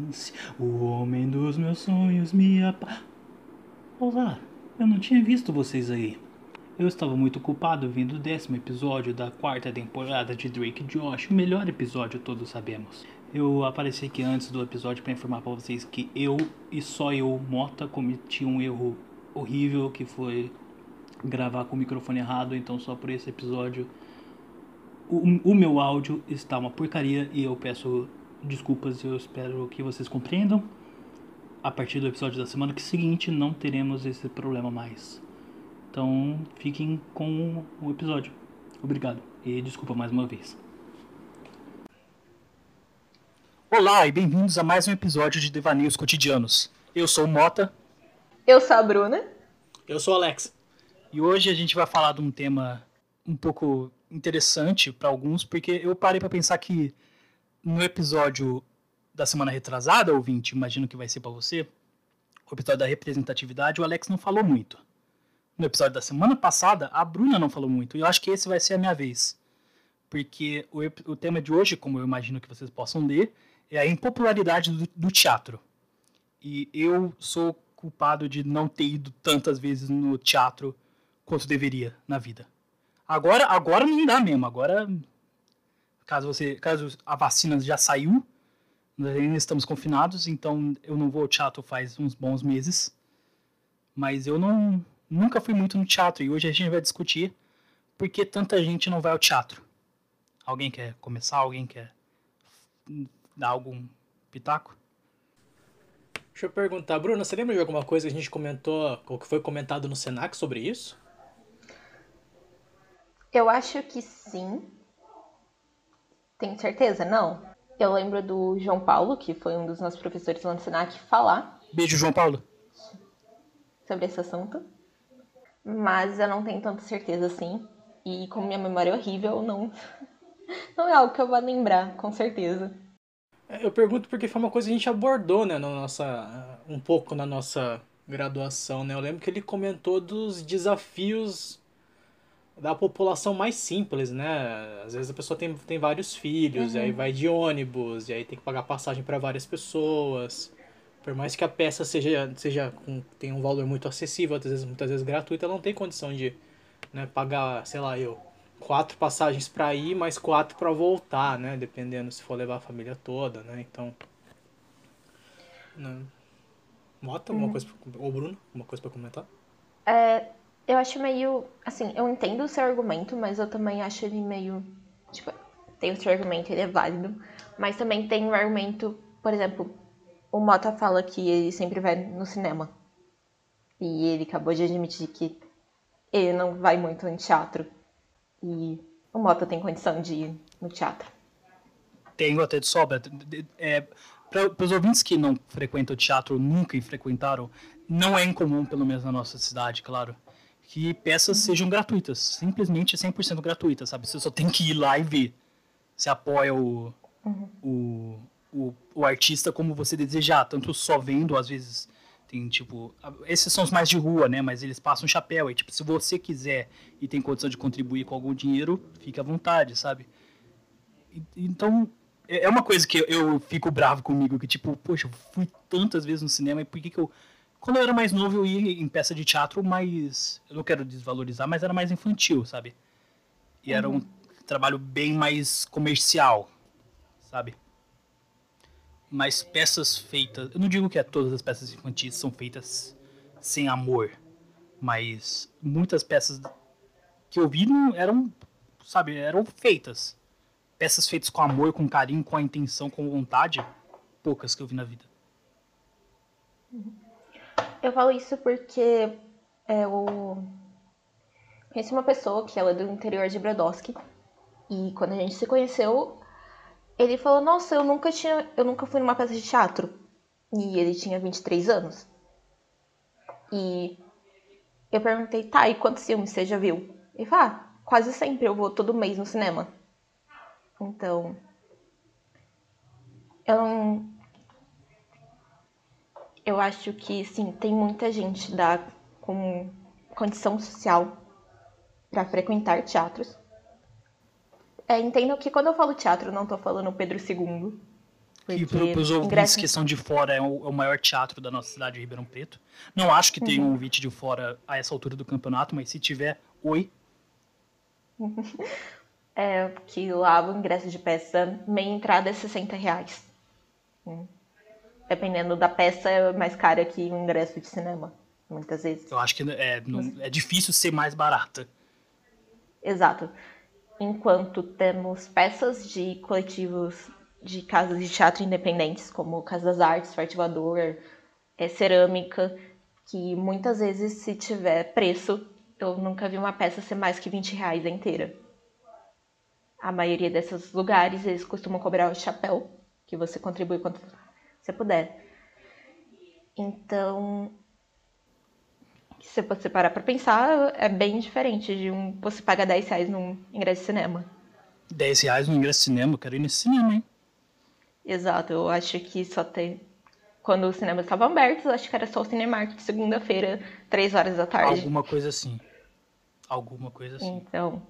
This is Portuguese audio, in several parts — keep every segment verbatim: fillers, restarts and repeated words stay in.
romance, o homem dos meus sonhos me apa... Olá, eu não tinha visto vocês aí. Eu estava muito ocupado vendo o décimo episódio da quarta temporada de Drake e Josh, o melhor episódio, todos sabemos. Eu apareci aqui antes do episódio para informar para vocês que eu e só eu, Mota, cometi um erro horrível que foi gravar com o microfone errado, então só por esse episódio o, o meu áudio está uma porcaria e eu peço desculpas e eu espero que vocês compreendam. A partir do episódio da semana seguinte não teremos esse problema mais. Então fiquem com o episódio. Obrigado e desculpa mais uma vez. Olá e bem-vindos a mais um episódio de Devaneios Cotidianos. Eu sou o Mota. Eu sou a Bruna. Eu sou o Alex. E hoje a gente vai falar de um tema um pouco interessante para alguns, porque eu parei para pensar que no episódio da semana retrasada, ouvinte, imagino que vai ser para você, o episódio da representatividade, o Alex não falou muito. No episódio da semana passada, a Bruna não falou muito, e eu acho que esse vai ser a minha vez. Porque o, o tema de hoje, como eu imagino que vocês possam ler, é a impopularidade do, do teatro. E eu sou culpado de não ter ido tantas vezes no teatro quanto deveria na vida. Agora, agora não dá mesmo. Agora, caso, você, caso a vacina já saiu, nós ainda estamos confinados, então eu não vou ao teatro faz uns bons meses. Mas eu não, nunca fui muito no teatro e hoje a gente vai discutir por que tanta gente não vai ao teatro. Alguém quer começar? Alguém quer dar algum pitaco? Deixa eu perguntar, Bruna, você lembra de alguma coisa que a gente comentou, ou que foi comentado no Senac sobre isso? Eu acho que sim. Tenho certeza? Não. Eu lembro do João Paulo, que foi um dos nossos professores lá no Senac, falar. Beijo, João Paulo. Sobre esse assunto. Mas eu não tenho tanta certeza assim. E como minha memória é horrível, não, não é algo que eu vou lembrar, com certeza. Eu pergunto porque foi uma coisa que a gente abordou, né, na nossa, um pouco na nossa graduação, né? Eu lembro que ele comentou dos desafios da população mais simples, né? Às vezes a pessoa tem, tem vários filhos, Uhum. e aí vai de ônibus, e aí tem que pagar passagem para várias pessoas. Por mais que a peça seja, seja com, tenha um valor muito acessível, às vezes, muitas vezes gratuito, ela não tem condição de, né, pagar, sei lá, eu, quatro passagens para ir, mais quatro para voltar, né? Dependendo se for levar a família toda, né? Então, né? Mota, alguma Uhum. coisa, ou Bruno, alguma coisa para comentar? É, eu acho meio... Assim, eu entendo o seu argumento, mas eu também acho ele meio... Tipo, tem o seu argumento, ele é válido. Mas também tem um argumento... Por exemplo, o Mota fala que ele sempre vai no cinema. E ele acabou de admitir que ele não vai muito em teatro. E o Mota tem condição de ir no teatro. Tenho até de sobra. É, para os ouvintes que não frequentam teatro, nunca frequentaram, não é incomum, pelo menos na nossa cidade, claro, que peças uhum. sejam gratuitas, simplesmente cem por cento gratuitas, sabe? Você só tem que ir lá e ver. Você apoia o, uhum. o, o, o artista como você desejar, tanto só vendo, às vezes tem, tipo... Esses são os mais de rua, né? Mas eles passam chapéu, e, tipo, se você quiser e tem condição de contribuir com algum dinheiro, fica à vontade, sabe? E, então... É uma coisa que eu fico bravo comigo, que tipo, poxa, eu fui tantas vezes no cinema, e por que que eu... Quando eu era mais novo, eu ia em peça de teatro mais... Eu não quero desvalorizar, mas era mais infantil, sabe? E uhum. era um trabalho bem mais comercial, sabe? Mas peças feitas... Eu não digo que todas as peças infantis são feitas sem amor, mas muitas peças que eu vi não eram, sabe, eram feitas... Peças feitas com amor, com carinho, com a intenção, com vontade, poucas que eu vi na vida. Eu falo isso porque eu conheci uma pessoa que ela é do interior de Brodowski. E quando a gente se conheceu, ele falou, nossa, eu nunca tinha, eu nunca fui numa peça de teatro. E ele tinha vinte e três anos. E eu perguntei, tá, e quantos filmes você já viu? Ele falou, ah, quase sempre, eu vou todo mês no cinema. Então, eu não... Eu acho que, sim, tem muita gente da, com condição social para frequentar teatros. É, entendo que quando eu falo teatro, eu não tô falando Pedro segundo. Que Porque para os ouvintes ingresso... que são de fora é o, é o maior teatro da nossa cidade de Ribeirão Preto. Não acho que tenha um ouvinte de fora a essa altura do campeonato, mas se tiver, oi. É que lá o ingresso de peça, meia entrada é sessenta reais. Dependendo da peça, é mais cara que o ingresso de cinema, muitas vezes. Eu acho que é, não, é difícil ser mais barata. Exato. Enquanto temos peças de coletivos de casas de teatro independentes, como Casa das Artes, Fartivador, é, Cerâmica, que muitas vezes, se tiver preço, eu nunca vi uma peça ser mais que vinte reais a inteira. A maioria desses lugares, eles costumam cobrar o chapéu, que você contribui quanto você puder. Então, se você parar pra pensar, é bem diferente de um você pagar dez reais num ingresso de cinema. dez reais no ingresso de cinema, eu quero ir nesse cinema, hein? Exato, eu acho que só tem... Quando os cinemas estavam abertos, eu acho que era só o Cinemark de segunda-feira, três horas da tarde. Alguma coisa assim. Alguma coisa assim. Então,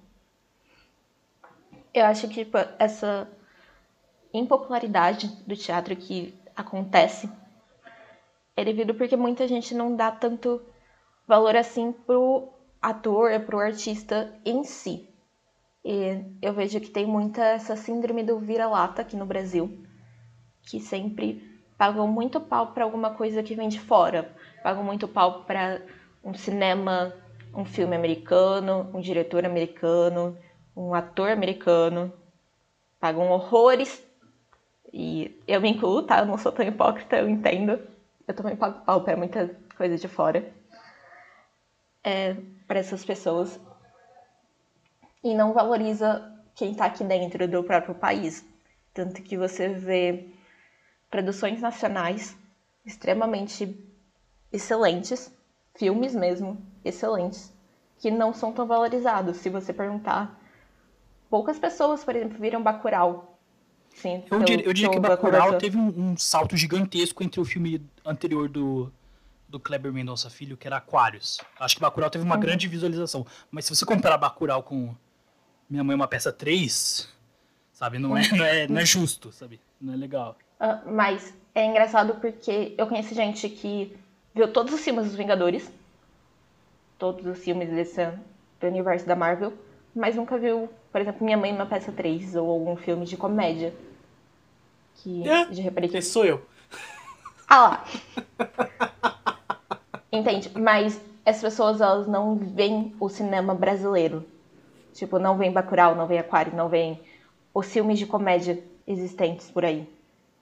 eu acho que tipo, essa impopularidade do teatro que acontece é devido porque muita gente não dá tanto valor assim pro ator, pro artista em si. E eu vejo que tem muita essa síndrome do vira-lata aqui no Brasil, que sempre pagam muito pau para alguma coisa que vem de fora. Pagam muito pau para um cinema, um filme americano, um diretor americano, um ator americano. Pagam horrores. E eu me incluo, tá? Eu não sou tão hipócrita, eu entendo. Eu também pago pau para muita coisa de fora. É, para essas pessoas. E não valoriza quem tá aqui dentro do próprio país. Tanto que você vê produções nacionais extremamente excelentes, filmes mesmo excelentes, que não são tão valorizados. Se você perguntar, poucas pessoas, por exemplo, viram Bacurau. Sim, eu, pelo, diria, eu diria que pelo Bacurau teve um, um salto gigantesco entre o filme anterior do, do Kleber Mendonça Filho, que era Aquários. Acho que Bacurau teve uma uhum. grande visualização. Mas se você comparar Bacurau com Minha Mãe é uma Peça três, sabe, não é, não é, não é justo, sabe, não é legal. Uh, mas é engraçado porque eu conheço gente que viu todos os filmes dos Vingadores, todos os filmes desse, do universo da Marvel, mas nunca viu, por exemplo, Minha Mãe é uma Peça três ou algum filme de comédia. Que é, já reparei que... Esse sou eu. Ah lá! Entende? Mas as pessoas, elas não veem o cinema brasileiro. Tipo, não vem Bacurau, não vem Aquário, não vem os filmes de comédia existentes por aí.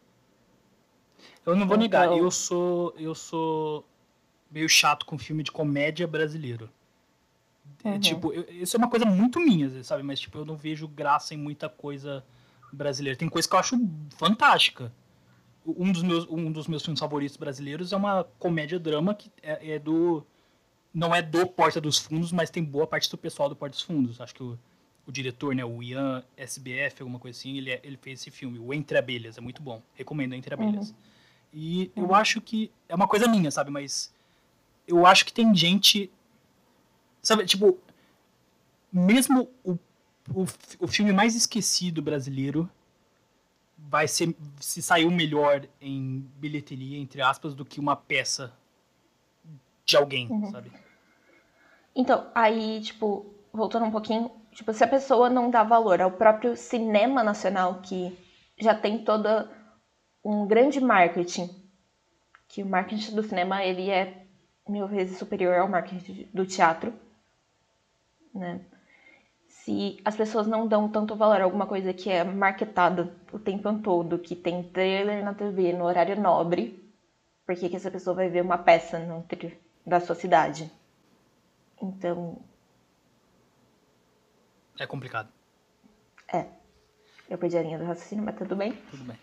Eu não vou então... negar, eu sou, eu sou meio chato com filme de comédia brasileiro. Uhum. É, tipo, eu, isso é uma coisa muito minha, sabe? Mas tipo, eu não vejo graça em muita coisa brasileira. Tem coisa que eu acho fantástica. Um dos meus, um dos meus filmes favoritos brasileiros é uma comédia-drama que é, é do... Não é do Porta dos Fundos, mas tem boa parte do pessoal do Porta dos Fundos. Acho que o, o diretor, né, o Ian S B F, alguma coisa assim, ele, é, ele fez esse filme, o Entre Abelhas, é muito bom. Recomendo Entre Abelhas. Uhum. E uhum. eu acho que... É uma coisa minha, sabe? Mas eu acho que tem gente... Sabe, tipo... Mesmo o, o, o filme mais esquecido brasileiro vai ser, se saiu melhor em bilheteria, entre aspas, do que uma peça de alguém, uhum. sabe? Então, aí, tipo, voltando um pouquinho, tipo, se a pessoa não dá valor ao próprio cinema nacional, que já tem todo um grande marketing, que o marketing do cinema, ele é mil vezes superior ao marketing do teatro, né? Se as pessoas não dão tanto valor a alguma coisa que é marketada o tempo todo, que tem trailer na T V no horário nobre, por que que essa pessoa vai ver uma peça no, da sua cidade? Então... É complicado. É. Eu perdi a linha do raciocínio, mas tudo bem. Tudo bem.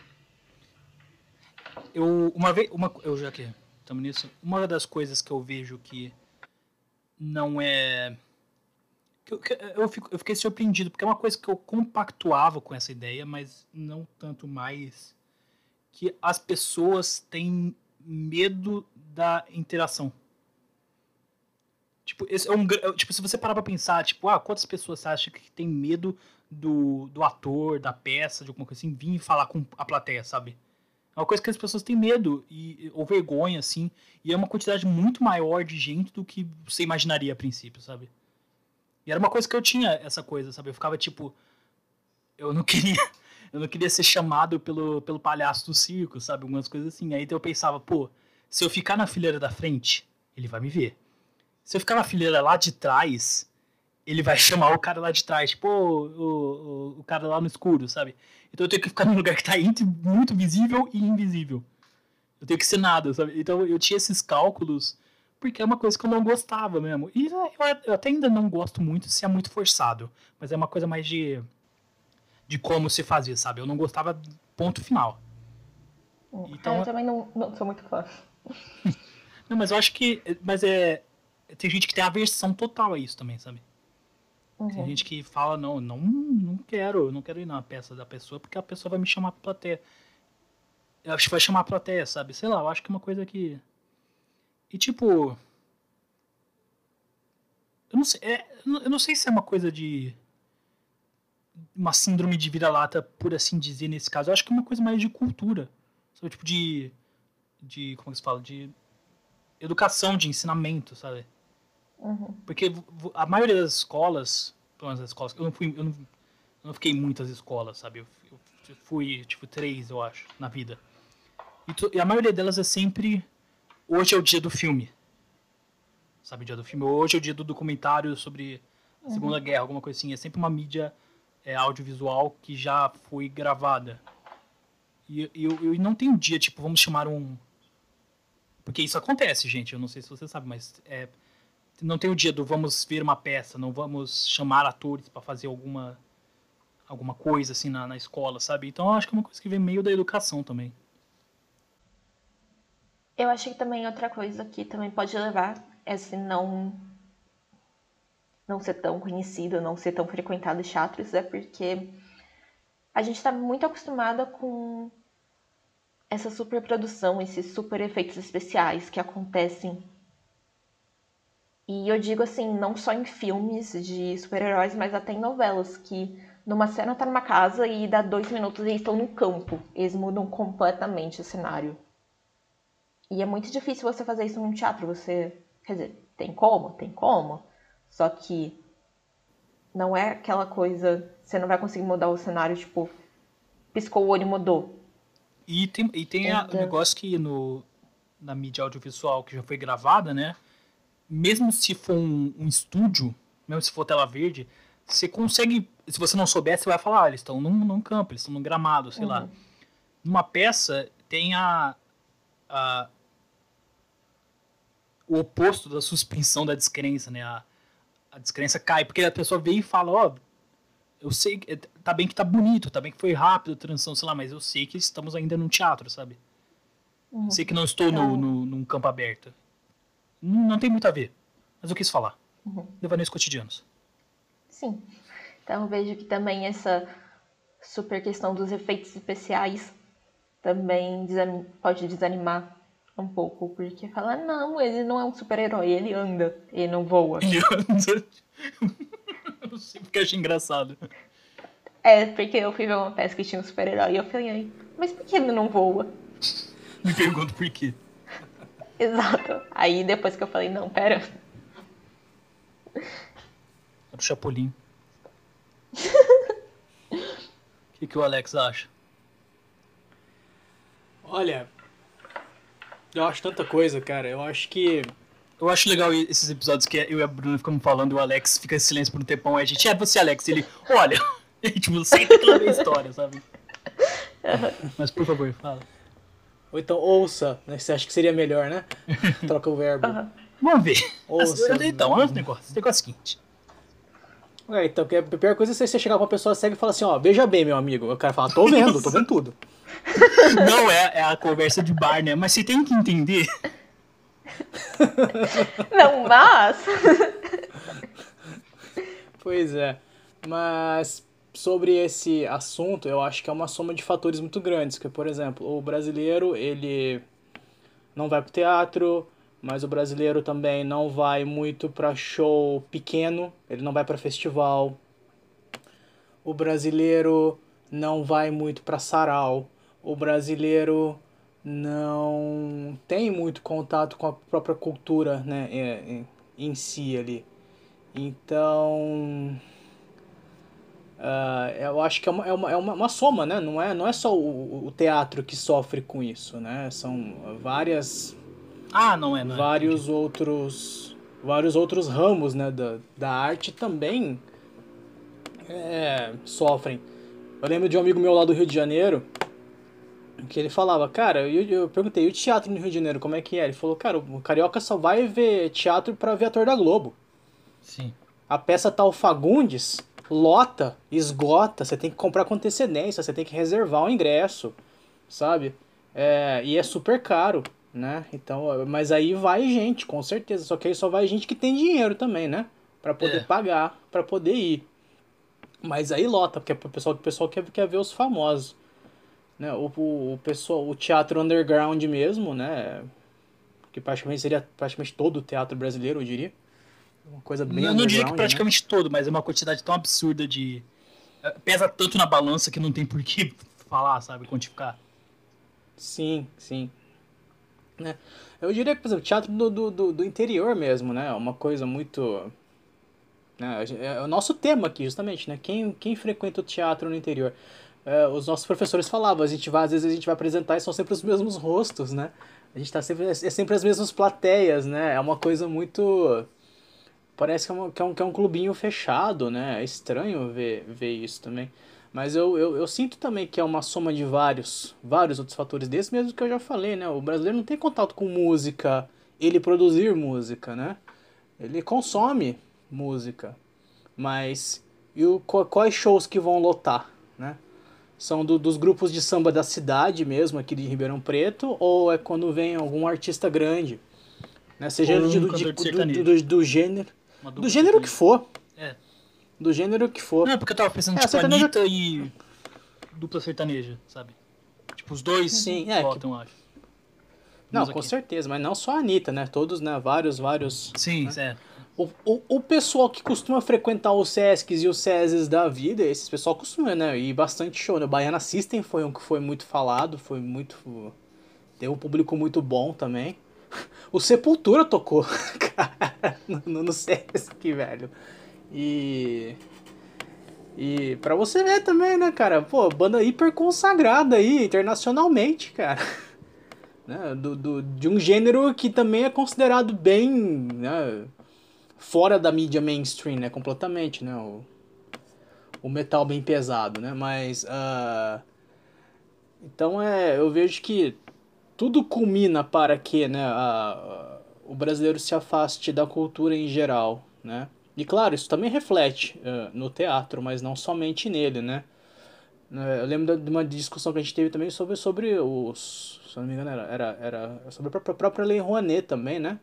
Eu, uma vez... Uma, eu já que estamos nisso, uma das coisas que eu vejo que não é... Eu, eu, fico, eu fiquei surpreendido, porque é uma coisa que eu compactuava com essa ideia, mas não tanto mais, que as pessoas têm medo da interação. Tipo, esse é um, gra- tipo, se você parar pra pensar, tipo, ah, quantas pessoas você acha que tem medo do, do ator, da peça, de alguma coisa assim, vir e falar com a plateia, sabe? É uma coisa que as pessoas têm medo e, ou vergonha, assim, e é uma quantidade muito maior de gente do que você imaginaria a princípio, sabe? E era uma coisa que eu tinha essa coisa, sabe? Eu ficava tipo, eu não queria, eu não queria ser chamado pelo, pelo palhaço do circo, sabe? Algumas coisas assim. Aí então eu pensava, pô, se eu ficar na fileira da frente, ele vai me ver. Se eu ficar na fileira lá de trás, ele vai chamar o cara lá de trás, tipo, o, o, o cara lá no escuro, sabe? Então eu tenho que ficar num lugar que tá entre muito visível e invisível. Eu tenho que ser nada, sabe? Então eu tinha esses cálculos, porque é uma coisa que eu não gostava mesmo. E eu, eu até ainda não gosto muito se é muito forçado, mas é uma coisa mais de, de como se fazia, sabe? Eu não gostava, ponto final. Ah, eu Então, também não, não sou muito fã. não, mas eu acho que, mas é, tem gente que tem aversão total a isso também, sabe? Tem Uhum. gente que fala, não, não, não quero, não quero ir na peça da pessoa porque a pessoa vai me chamar pra plateia. Eu acho que vai chamar a plateia, sabe? Sei lá, eu acho que é uma coisa que. E tipo. Eu não sei, é, eu não sei se é uma coisa de. Uma síndrome de vira-lata, por assim dizer, nesse caso. Eu acho que é uma coisa mais de cultura. Sabe? Tipo de. De. Como é que se fala? De educação, de ensinamento, sabe? Uhum. Porque a maioria das escolas. Pelo menos as escolas. Eu não fui. Eu não, eu não fiquei em muitas escolas, sabe? Eu, eu fui, tipo, três, eu acho, na vida. E, tu, e a maioria delas é sempre. Hoje é o dia do filme. Sabe, o dia do filme. Hoje é o dia do documentário sobre a Segunda Uhum. Guerra, alguma coisa assim. É sempre uma mídia é, audiovisual que já foi gravada. E eu, eu não tenho um dia, tipo, vamos chamar um. Porque isso acontece, gente. Eu não sei se você sabe, mas é, não tem o dia do vamos ver uma peça, não vamos chamar atores para fazer alguma alguma coisa assim na, na escola, sabe? Então eu acho que é uma coisa que vem meio da educação também. Eu acho que também outra coisa que também pode levar é se não não ser tão conhecido, não ser tão frequentado os teatros, é porque a gente está muito acostumada com essa superprodução, esses super efeitos especiais que acontecem. E eu digo assim, não só em filmes de super-heróis, mas até em novelas, que numa cena tá numa casa e dá dois minutos e eles estão no campo. Eles mudam completamente o cenário. E é muito difícil você fazer isso num teatro. Você, quer dizer, tem como? Tem como. Só que não é aquela coisa, você não vai conseguir mudar o cenário, tipo, piscou o olho e mudou. E tem, e tem a- o Então, negócio que no, na mídia audiovisual que já foi gravada, né? Mesmo se for um, um estúdio, mesmo se for tela verde, você consegue. Se você não souber, você vai falar, ah, eles estão num, num campo, eles estão num gramado, sei lá. uhum, Numa peça tem a, a o oposto da suspensão da descrença, né? A, a descrença cai, porque a pessoa vem e fala, ó, oh, eu sei, tá bem que tá bonito, tá bem que foi rápido a transição, sei lá, mas eu sei que estamos ainda num teatro, sabe? uhum. Sei que não estou no, Então, no, num campo aberto. Não, não tem muito a ver, mas eu quis falar. uhum. Devaneios cotidianos. Sim. Então eu vejo que também essa super questão dos efeitos especiais também desanim- pode desanimar um pouco, porque fala, não, ele não é um super-herói, ele anda, ele não voa. Ele anda. Eu não sei porque eu achei engraçado. É, porque eu fui ver uma peça que tinha um super-herói e eu falei, mas por que ele não voa? Me pergunto por quê. Exato. Aí depois que eu falei, não, pera. Era o Chapolin. O que, que o Alex acha? Olha, eu acho tanta coisa, cara. Eu acho que. Eu acho legal esses episódios que eu e a Bruna ficamos falando e o Alex fica em silêncio por um tempão. Aí a gente, é você, Alex. E ele, olha. E tipo, senta aquela minha história, sabe? Mas por favor, fala. Ou então ouça, né? Você acha que seria melhor, né? Troca o verbo. Uhum. Vamos ver. Ouça. Então, olha o negócio. O negócio é o seguinte. É, então, que a pior coisa é você chegar pra uma pessoa cega e falar assim, ó, veja bem, meu amigo. O cara fala, tô vendo, tô vendo tudo. Não é, é a conversa de bar, né? Mas você tem que entender. Não, mas... Pois é. Mas sobre esse assunto, eu acho que é uma soma de fatores muito grandes. Que, por exemplo, o brasileiro, ele não vai pro teatro, mas o brasileiro também não vai muito para show pequeno, ele não vai para festival. O brasileiro não vai muito para sarau. O brasileiro não tem muito contato com a própria cultura, né, em, em si ali. Então, uh, eu acho que é uma, é uma, é uma, uma soma, né? Não é, não é só o, o teatro que sofre com isso, né? São várias, Ah, não é, não é. Entendi. vários outros, vários outros ramos, né, da, da arte também é, sofrem. Eu lembro de um amigo meu lá do Rio de Janeiro que ele falava, cara, eu, eu perguntei, e o teatro no Rio de Janeiro, como é que é? Ele falou, cara, o carioca só vai ver teatro pra ver ator da Globo. Sim. A peça tá o Fagundes, lota, esgota, você tem que comprar com antecedência, você tem que reservar o ingresso, sabe? É, e é super caro, né? Então, mas aí vai gente, com certeza, só que aí só vai gente que tem dinheiro também, né? Pra poder É. pagar, pra poder ir. Mas aí lota, porque o pessoal, o pessoal quer, quer ver os famosos, né? O, o, o pessoal, o teatro underground mesmo, né? Que praticamente seria praticamente todo o teatro brasileiro, eu diria. Uma coisa bem Eu não diria que underground, né? praticamente todo, mas é uma quantidade tão absurda de. Pesa tanto na balança que não tem por que falar, sabe? Quantificar. Sim, sim. Né? Eu diria que, por exemplo, teatro do, do, do, do interior mesmo, né? Uma coisa muito. Né? É o nosso tema aqui, justamente, né? Quem, quem frequenta o teatro no interior? É, os nossos professores falavam, a gente vai, às vezes a gente vai apresentar e são sempre os mesmos rostos, né? A gente tá sempre, é sempre as mesmas plateias, né? É uma coisa muito. Parece que é, uma, que, é um, que é um clubinho fechado, né? É estranho ver, ver isso também. Mas eu, eu, eu sinto também que é uma soma de vários, vários outros fatores desses mesmo que eu já falei, né? O brasileiro não tem contato com música, ele produzir música, né? Ele consome música. Mas e o, quais shows que vão lotar, né? São do, dos grupos de samba da cidade mesmo, aqui de Ribeirão Preto, ou é quando vem algum artista grande, né? Seja Ou ele de, um de, cantor de do, sertanejo. do, do gênero. Uma Do dupla gênero que sertaneja. for. É. Do gênero que for. Não, é porque eu tava pensando, É, tipo, sertanejo. Anitta e dupla sertaneja, sabe? Tipo, os dois Sim, é. Que... lotam, eu acho. Não, Menos com aqui. certeza, mas não só a Anitta, né? Todos, né? Vários, vários. Sim, Né? é. O, o, o pessoal que costuma frequentar os Sescs e os SESIs da vida, esses pessoal costuma, né? Ir bastante show, né? O Baiana System foi um que foi muito falado, foi muito. Tem um público muito bom também. O Sepultura tocou, cara, no, no Sesc, velho. E. E pra você ver também, né, cara? Pô, banda hiper consagrada aí, internacionalmente, cara. Né? Do, do, de um gênero que também é considerado bem, né, fora da mídia mainstream, né? Completamente, né? O, o metal bem pesado, né? Mas. Uh, então é. Eu vejo que tudo culmina para que, né, a, a, o brasileiro se afaste da cultura em geral, né? E claro, isso também reflete uh, no teatro, mas não somente nele, né? Eu lembro de uma discussão que a gente teve também sobre, sobre os. Se eu não me engano, era, era, era sobre a própria Lei Rouanet também, né?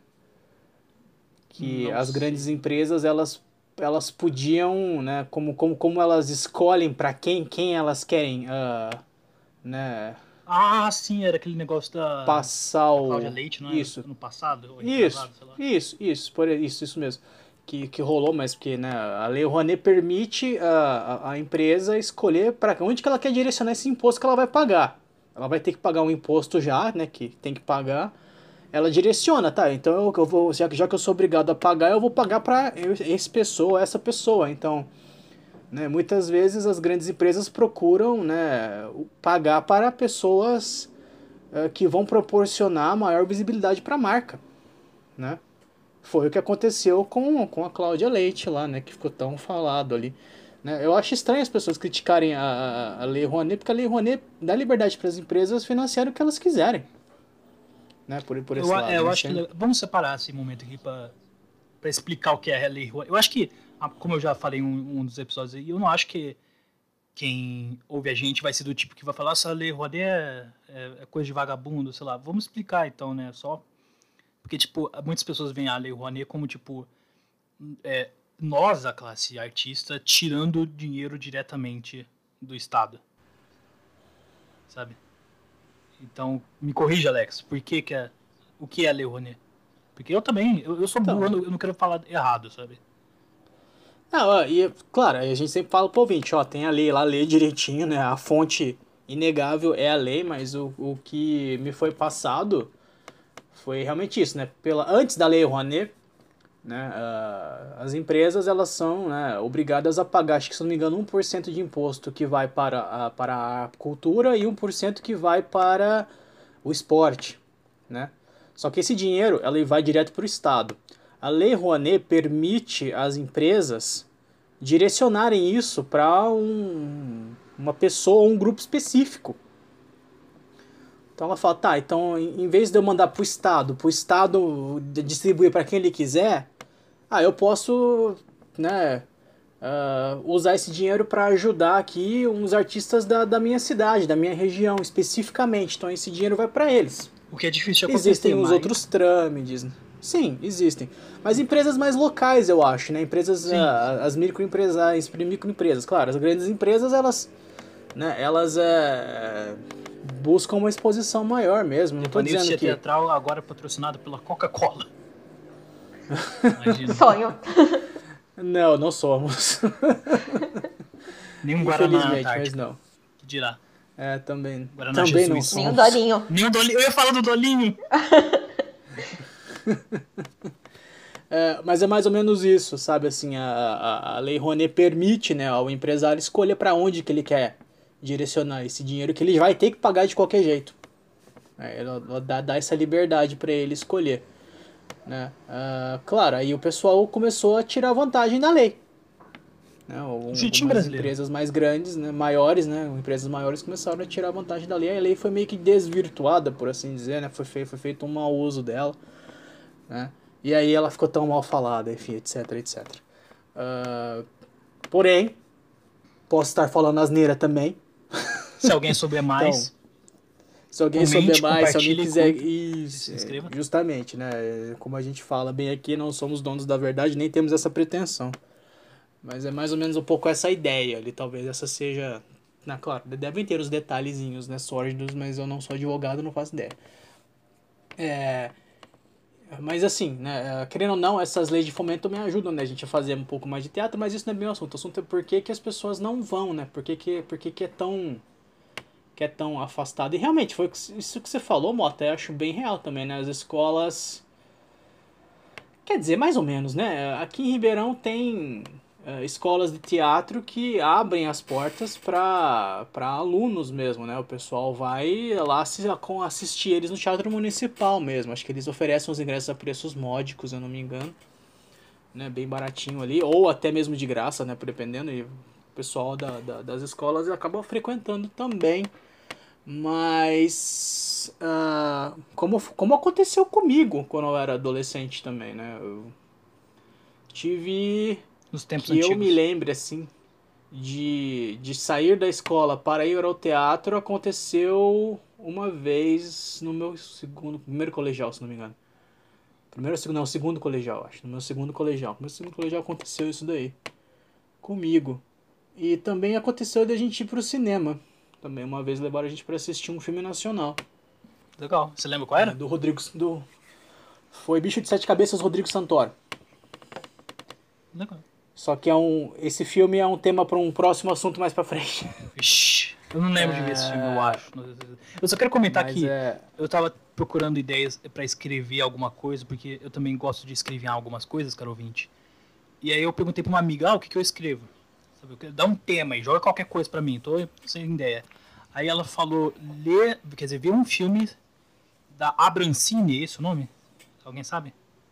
Que Não as grandes sei. empresas, elas, elas podiam, né? Como, como, como elas escolhem para quem, quem elas querem, uh, né? Ah, sim, era aquele negócio da, Passar da Cláudia o. Leite, não era? Isso, Ano passado, ou isso, retrasado, sei lá. isso, isso, por isso, isso mesmo. Que, que rolou, mas porque, né, a Lei Rouanet permite a, a, a empresa escolher para onde que ela quer direcionar esse imposto que ela vai pagar. Ela vai ter que pagar um imposto já, né, que tem que pagar. Ela direciona, tá? Então eu, eu vou, já, que- já que eu sou obrigado a pagar, eu vou pagar para essa pessoa, essa pessoa. Então, né, muitas vezes as grandes empresas procuram, né, pagar para pessoas eh, que vão proporcionar maior visibilidade para a marca, né? Foi o que aconteceu com, com a Cláudia Leite lá, né? Que ficou tão falado ali. Né? Eu acho estranho as pessoas criticarem a, a, a Lei Rouanet, porque a Lei Rouanet dá liberdade para as empresas financiarem o que elas quiserem. Né? Por, por Eu, esse a- é, lado, eu né? acho que. Sempre. Vamos separar esse momento aqui pra, pra explicar o que é a Lei Rouanet. Eu acho que, a- como eu já falei em um, um dos episódios aí, eu não acho que quem ouve a gente vai ser do tipo que vai falar essa Lei Rouanet é, é, é coisa de vagabundo, sei lá. Vamos explicar então, né? Só. Porque, tipo, muitas pessoas veem a Lei Rouanet como, tipo, é, nós, a classe artista, tirando dinheiro diretamente do Estado, sabe? Então, me corrija, Alex, por que que é, o que é a Lei Rouanet? Porque eu também, eu, eu sou Então. burro, eu não, eu não quero falar errado, sabe? Ah, ó, e claro, aí a gente sempre fala pro ouvinte, ó, tem a lei lá, lê direitinho, né? A fonte inegável é a lei, mas o, o que me foi passado foi realmente isso, né? Pela, antes da lei Rouanet, né, ah, as empresas elas são, né, obrigadas a pagar, acho que se não me engano, um por cento de imposto que vai para a, para a cultura e um por cento que vai para o esporte, né? Só que esse dinheiro ele vai direto para o Estado. A lei Rouanet permite às empresas direcionarem isso para um, uma pessoa ou um grupo específico. Então ela fala, tá, então em vez de eu mandar para o Estado, para o Estado distribuir para quem ele quiser, ah, eu posso, né, uh, usar esse dinheiro para ajudar aqui uns artistas da, da minha cidade, da minha região especificamente. Então esse dinheiro vai para eles. O que é difícil de acontecer. Existem os mas... outros trâmites, né? Sim, existem. Mas empresas mais locais, eu acho, né? Empresas, uh, as microempresas, microempresas, claro, as grandes empresas, elas, né, elas uh, buscam uma exposição maior mesmo. Não tô Devaneio dizendo que... Teatral agora patrocinado pela Coca-Cola. Imagina. Sonho. Não, não somos. Nem um Guaraná Infelizmente, mas Antártica. não. Que dirá? É, também. Guaraná também não Jesus. somos. Nem o Dolinho. Nem o Dolinho. Eu ia falar do Dolinho. É, mas é mais ou menos isso, sabe? Assim, a, a, a Lei Rouanet permite, né, ao empresário escolher para onde que ele quer direcionar esse dinheiro que ele vai ter que pagar de qualquer jeito. É, ela, ela dá, dá essa liberdade para ele escolher. Né? Uh, claro, aí o pessoal começou a tirar vantagem da lei. Né? Um, Jeitinho algumas brasileiro. empresas mais grandes, né, maiores, né, empresas maiores começaram a tirar vantagem da lei. A lei foi meio que desvirtuada, por assim dizer, né? Foi feito, foi feito um mau uso dela. Né? E aí ela ficou tão mal falada, enfim, etc, etc. Uh, porém, posso estar falando asneira também. Se alguém souber mais, então, se alguém comente, souber mais, se alguém compartilhe, quiser... curta, Isso, se inscreva. justamente, né? Como a gente fala bem aqui, não somos donos da verdade, nem temos essa pretensão. Mas é mais ou menos um pouco essa ideia ali, talvez essa seja... Né, claro, devem ter os detalhezinhos, né, sórdidos, mas eu não sou advogado, não faço ideia. É... Mas assim, né, querendo ou não, essas leis de fomento me ajudam, né, a gente a fazer um pouco mais de teatro, mas isso não é bem o assunto. O assunto é por que, que as pessoas não vão, né? Por que, que, por que, que é tão... que é tão afastado. E realmente, foi isso que você falou, Mota, eu acho bem real também, né? As escolas... Quer dizer, mais ou menos, né? Aqui em Ribeirão tem uh, escolas de teatro que abrem as portas para alunos mesmo, né? O pessoal vai lá assistir eles no Teatro Municipal mesmo. Acho que eles oferecem os ingressos a preços módicos, se eu não me engano. Né? Bem baratinho ali, ou até mesmo de graça, né? Dependendo, e o pessoal da, da, das escolas acaba frequentando também. Mas, uh, como, como aconteceu comigo quando eu era adolescente também, né? Eu tive... Nos tempos que antigos. eu me lembre, assim, de, de sair da escola para ir ao teatro, aconteceu uma vez no meu segundo... Primeiro colegial, se não me engano. Primeiro ou segundo? Não, segundo colegial, acho. No meu segundo colegial. No meu segundo colegial aconteceu isso daí. Comigo. E também aconteceu de a gente ir pro cinema. Também uma vez levaram a gente pra assistir um filme nacional. Legal. Você lembra qual era? Do Rodrigo... Do... Foi Bicho de Sete Cabeças, Rodrigo Santoro. Legal. Só que é um... esse filme é um tema para um próximo assunto mais pra frente. Ixi, eu não lembro é... de ver esse filme, eu acho. Eu só quero comentar Mas que é... eu tava procurando ideias pra escrever alguma coisa, porque eu também gosto de escrever algumas coisas, caro ouvinte. E aí eu perguntei pra uma amiga, ah, o que que eu escrevo? Sabe, dá um tema aí, joga qualquer coisa pra mim, tô sem ideia. Aí ela falou, ler, quer dizer, ver um filme da Abrancine, é esse o nome? Alguém sabe?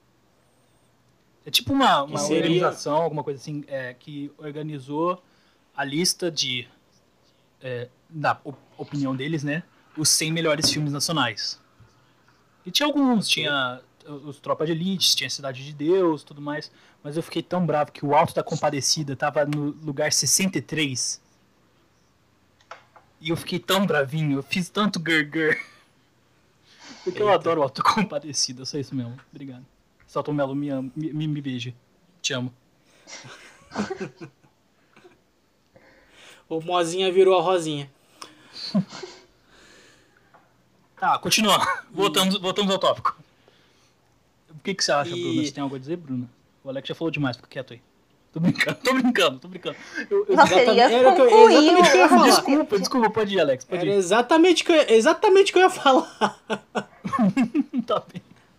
É tipo uma, uma seria... organização, alguma coisa assim, é, que organizou a lista de, é, na opinião deles, né, os cem melhores filmes nacionais. E tinha alguns, tinha os Tropa de Elite, tinha Cidade de Deus, tudo mais, mas eu fiquei tão bravo que o Alto da Compadecida tava no lugar sessenta e três. E eu fiquei tão bravinho, eu fiz tanto gurgur. Porque Eita. Eu adoro o Alto da Compadecida, só isso mesmo. Obrigado. Salton Melo, me, me, me, me beije. Te amo. O Mozinha virou a Rosinha. Tá, continua. Voltamos, voltamos ao tópico. O que, que você acha, E- Bruna? Você tem algo a dizer, Bruna? O Alex já falou demais, fica quieto aí. Tô brincando, tô brincando, tô brincando. Eu, eu- Nossa, ele ia Exatamente- era o que eu- concluir exatamente o que eu ia o falar. Desculpa, desculpa, pode ir, Alex, pode Era ir. exatamente o que eu, exatamente o que eu ia falar. Tá bem.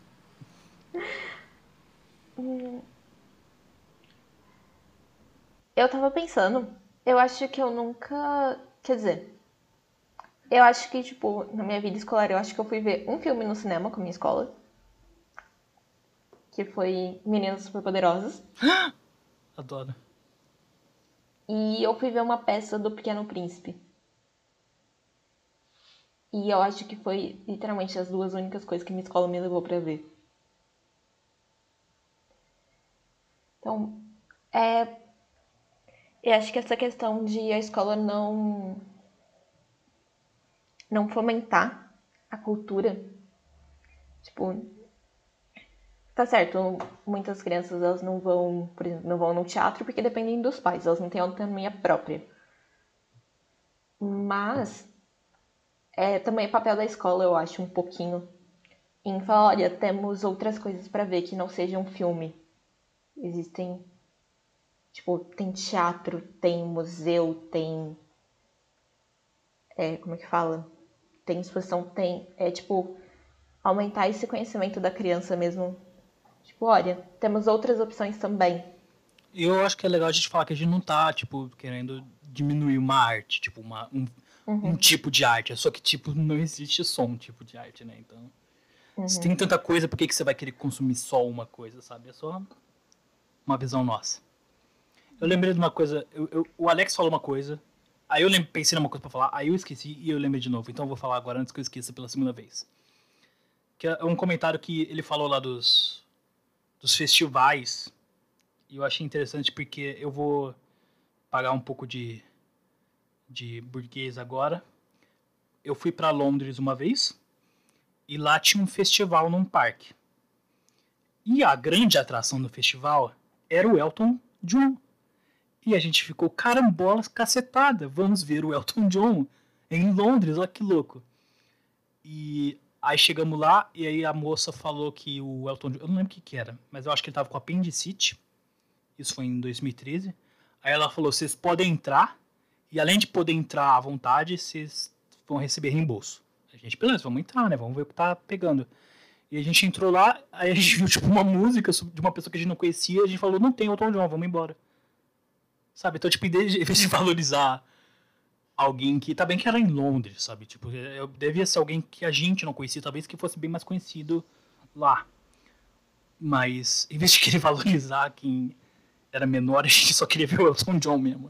Eu tava pensando, eu acho que eu nunca. Quer dizer, eu acho que, tipo, na minha vida escolar, eu acho que eu fui ver um filme no cinema com a minha escola. Que foi Meninas Superpoderosas. Adoro. E eu fui ver uma peça do Pequeno Príncipe. E eu acho que foi literalmente as duas únicas coisas que minha escola me levou pra ver. Então, é. Eu acho que essa questão de a escola não. não fomentar a cultura. Tipo. Tá certo, muitas crianças elas não vão, por exemplo, não vão no teatro porque dependem dos pais, elas não têm autonomia própria. Mas é também é papel da escola, eu acho, um pouquinho, em falar, olha, temos outras coisas pra ver que não seja um filme. Existem, tipo, tem teatro, tem museu, tem, é, como é que fala? Tem exposição, tem, é tipo, aumentar esse conhecimento da criança mesmo. Tipo, olha, temos outras opções também. E eu acho que é legal a gente falar que a gente não tá, tipo, querendo diminuir uma arte, tipo, uma, um, um tipo de arte. É só que, tipo, não existe só um tipo de arte, né? Então, se tem tanta coisa, por que, que você vai querer consumir só uma coisa, sabe? É só uma visão nossa. Eu lembrei de uma coisa, eu, eu- o Alex falou uma coisa, aí eu lem- pensei numa coisa pra falar, aí eu esqueci e eu lembrei de novo. Então eu vou falar agora antes que eu esqueça pela segunda vez. Que é um comentário que ele falou lá dos, dos festivais. E eu achei interessante porque eu vou pagar um pouco de, de burguês agora. Eu fui pra Londres uma vez e lá tinha um festival num parque. E a grande atração do festival era o Elton John. E a gente ficou carambolas cacetada. Vamos ver o Elton John em Londres, olha que louco. E aí chegamos lá e aí a moça falou que o Elton John, eu não lembro o que, que era, mas eu acho que ele tava com apendicite. Isso foi em dois mil e treze. Aí ela falou: vocês podem entrar e além de poder entrar à vontade, vocês vão receber reembolso. A gente, beleza, vamos entrar, né? Vamos ver o que tá pegando. E a gente entrou lá, aí a gente viu tipo uma música de uma pessoa que a gente não conhecia, a gente falou: não tem Elton John, vamos embora. Sabe? Então, tipo, em vez de valorizar alguém que. Tá bem que era em Londres, sabe? Tipo, eu, devia ser alguém que a gente não conhecia, talvez que fosse bem mais conhecido lá. Mas, em vez de querer valorizar quem era menor, a gente só queria ver o Elton John mesmo.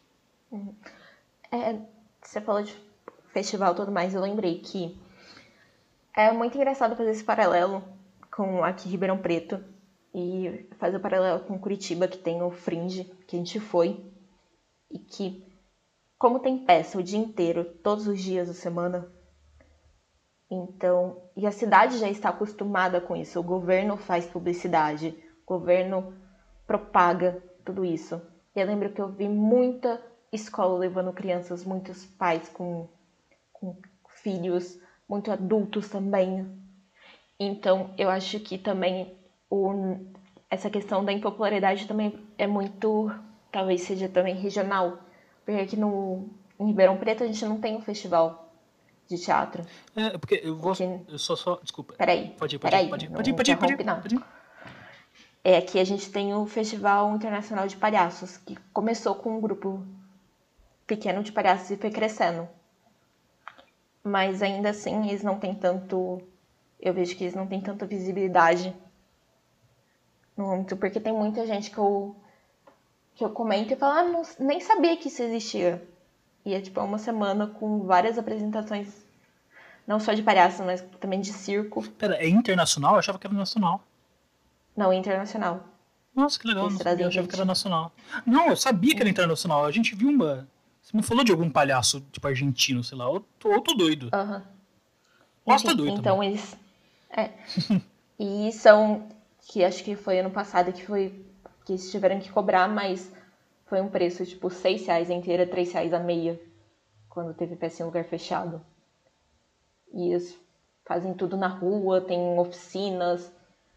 É, você falou de festival e tudo mais, eu lembrei que é muito engraçado fazer esse paralelo com aqui Ribeirão Preto e fazer o paralelo com Curitiba, que tem o Fringe, que a gente foi, e que, como tem peça o dia inteiro, todos os dias da semana, então, e a cidade já está acostumada com isso, o governo faz publicidade, o governo propaga tudo isso. E eu lembro que eu vi muita escola levando crianças, muitos pais com, com filhos, muitos adultos também. Então, eu acho que também o, essa questão da impopularidade também é muito, talvez seja também regional. Porque aqui no, em Ribeirão Preto a gente não tem um festival de teatro. É, porque eu vou. Porque- Eu só, só. Desculpa. Peraí, Pode ir, pode ir, peraí, pode ir, não pode ir, pode ir, pode ir, interrompe não. pode ir. É que a gente tem o Festival Internacional de Palhaços, que começou com um grupo pequeno de palhaços e foi crescendo. Mas ainda assim, eles não têm tanto... Eu vejo que eles não têm tanta visibilidade no âmbito, porque tem muita gente que eu, que eu comento e falo, ah, não, nem sabia que isso existia. E é tipo uma semana com várias apresentações, não só de palhaço, mas também de circo. Pera, é internacional? Eu achava que era nacional. Não, internacional. Nossa, que legal, Eles não sabia, trazem eu achava gente. que era nacional. Não, eu sabia que era internacional. A gente viu uma. Você me falou de algum palhaço, tipo argentino, sei lá. Eu tô, eu tô doido. Aham. Posso tá Enfim, doido então também. eles. É. E são. Que acho que foi ano passado que foi. Que eles tiveram que cobrar, mas foi um preço tipo seis reais a inteira, três reais a meia. Quando teve peça em lugar fechado. E eles fazem tudo na rua, tem oficinas.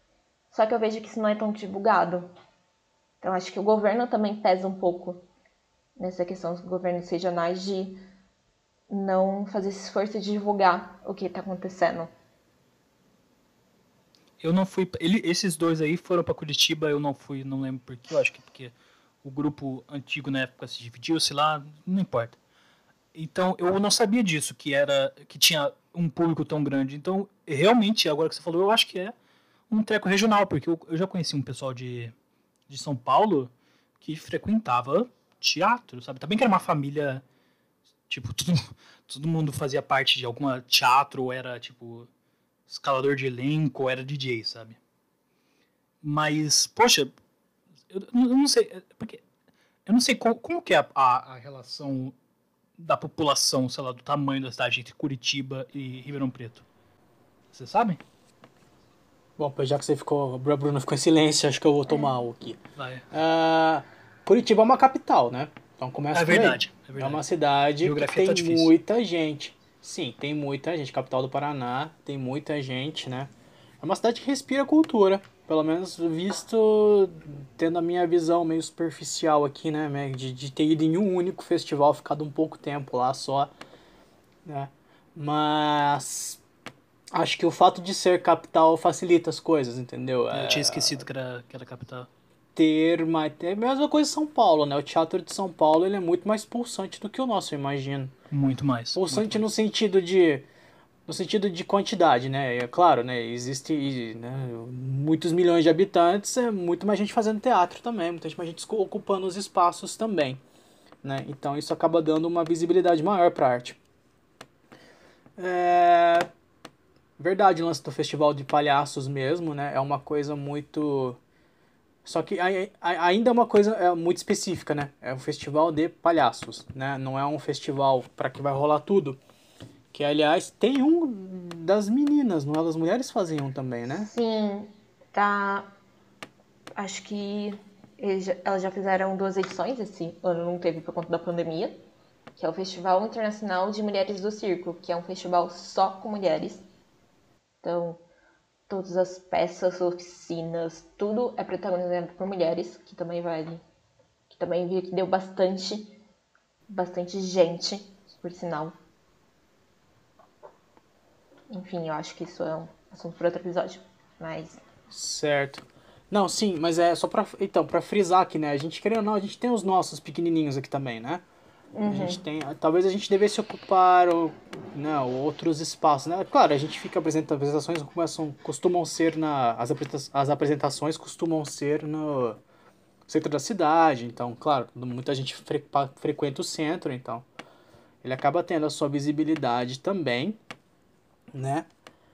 Só que eu vejo que isso não é tão divulgado. Então acho que o governo também pesa um pouco nessa questão dos governos regionais de não fazer esse esforço de divulgar o que está acontecendo. Eu não fui. Ele, esses dois aí foram pra Curitiba, eu não fui, não lembro porquê. Eu acho que porque o grupo antigo na época se dividiu, sei lá, não importa. Então eu não sabia disso, que era que tinha um público tão grande. Então, realmente, agora que você falou, eu acho que é um treco regional, porque eu, eu já conheci um pessoal de, de São Paulo que frequentava teatro, sabe? Também que era uma família, tipo, todo, todo mundo fazia parte de alguma teatro, ou era, tipo, escalador de elenco, ou era D J, sabe? Mas, poxa, eu, eu não sei, é, porque eu não sei como, como que é a, a, a relação da população, sei lá, do tamanho da cidade entre Curitiba e Ribeirão Preto. Vocês sabem? Bom, pois já que você ficou, a Bruna ficou em silêncio, acho que eu vou tomar o aqui. Vai. Ah, Curitiba é uma capital, né? Então começa É por aí. verdade, é É verdade. uma cidade Geografia que tem tá difícil. muita gente. Sim, tem muita gente. Capital do Paraná, tem muita gente, né? É uma cidade que respira cultura. Pelo menos visto, tendo a minha visão meio superficial aqui, né? De, de ter ido em um único festival, ficado um pouco tempo lá só, né? Mas acho que o fato de ser capital facilita as coisas, entendeu? Eu tinha É, esquecido que era, que era capital. ter mais. É a mesma coisa em São Paulo, né? O teatro de São Paulo ele é muito mais pulsante do que o nosso, eu imagino. Muito mais. Muito Pulsante no mais. sentido de. No sentido de quantidade, né? É claro, né? Existe, né, muitos milhões de habitantes, é muito mais gente fazendo teatro também, muita mais gente ocupando os espaços também, né? Então isso acaba dando uma visibilidade maior para a arte. É verdade, o lance do festival de palhaços mesmo, né? É uma coisa muito. Só que ai- ai- ainda é uma coisa é, muito específica, né? É um festival de palhaços, né? Não é um festival para que vai rolar tudo. Que, aliás, tem um das meninas, não é? Das mulheres faziam também, né? Sim, tá. Acho que eles já- elas já fizeram duas edições, esse ano não teve por conta da pandemia, que é o Festival Internacional de Mulheres do Circo, que é um festival só com mulheres. Então, todas as peças, oficinas, tudo é protagonizado por mulheres, que também vale. Que também vi que deu bastante, bastante gente, por sinal. Enfim, eu acho que isso é um assunto para outro episódio. Mas Certo. Não, sim, mas é só pra. Então, pra frisar aqui, né? A gente, querendo ou não, a gente tem os nossos pequenininhos aqui também, né? A gente tem. Talvez a gente devesse ocupar o, né, outros espaços, né? Claro, a gente fica apresentando apresentações, começam, costumam ser na. As, apresenta- as apresentações costumam ser no centro da cidade, então, claro, muita gente fre- pa- frequenta o centro, então. Ele acaba tendo a sua visibilidade também, né?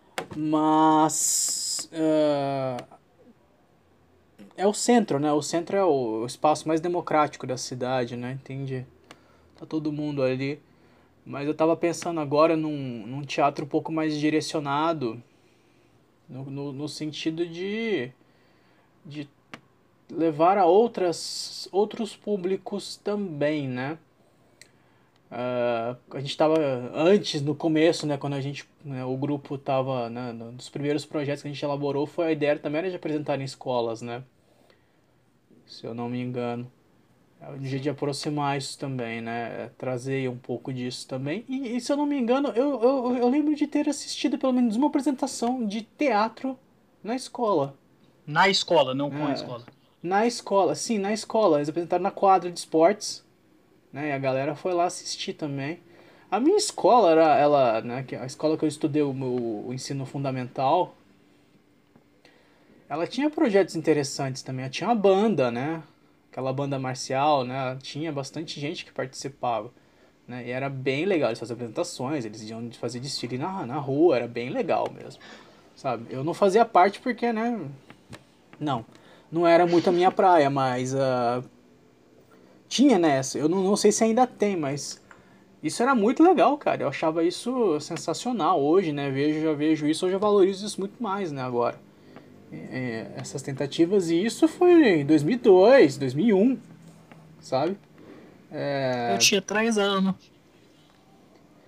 Mas. ah, é o centro, né? O centro é o espaço mais democrático da cidade, né? Entendi. Tá todo mundo ali. Mas eu tava pensando agora num, num teatro um pouco mais direcionado, no, no, no sentido de, de levar a outras, outros públicos também, né? Ah, a gente tava antes, no começo, né, quando a gente, né, o grupo tava, né, um dos primeiros projetos que a gente elaborou foi a ideia também era de apresentar em escolas, né? Se eu não me engano. É o dia de aproximar isso também, né? É, trazer um pouco disso também. E, e se eu não me engano, eu, eu, eu lembro de ter assistido pelo menos uma apresentação de teatro na escola. Na escola, não com a Né? escola. Na escola, sim, na escola. Eles apresentaram na quadra de esportes, né? E a galera foi lá assistir também. A minha escola era, ela, né? que A escola que eu estudei o meu o ensino fundamental, ela tinha projetos interessantes também. Ela tinha uma banda, né? Aquela banda marcial, né? Tinha bastante gente que participava, né? E era bem legal. Eles faziam apresentações, eles iam fazer desfile na, na rua, era bem legal mesmo, sabe? Eu não fazia parte porque, né? Não, não era muito a minha praia, mas uh, tinha nessa. Eu não, não sei se ainda tem, mas isso era muito legal, cara. Eu achava isso sensacional hoje, né? Vejo, já vejo isso, hoje eu valorizo isso muito mais, né? Agora. É, essas tentativas, e isso foi em dois mil e dois, dois mil e um, sabe? Eu É, tinha três anos.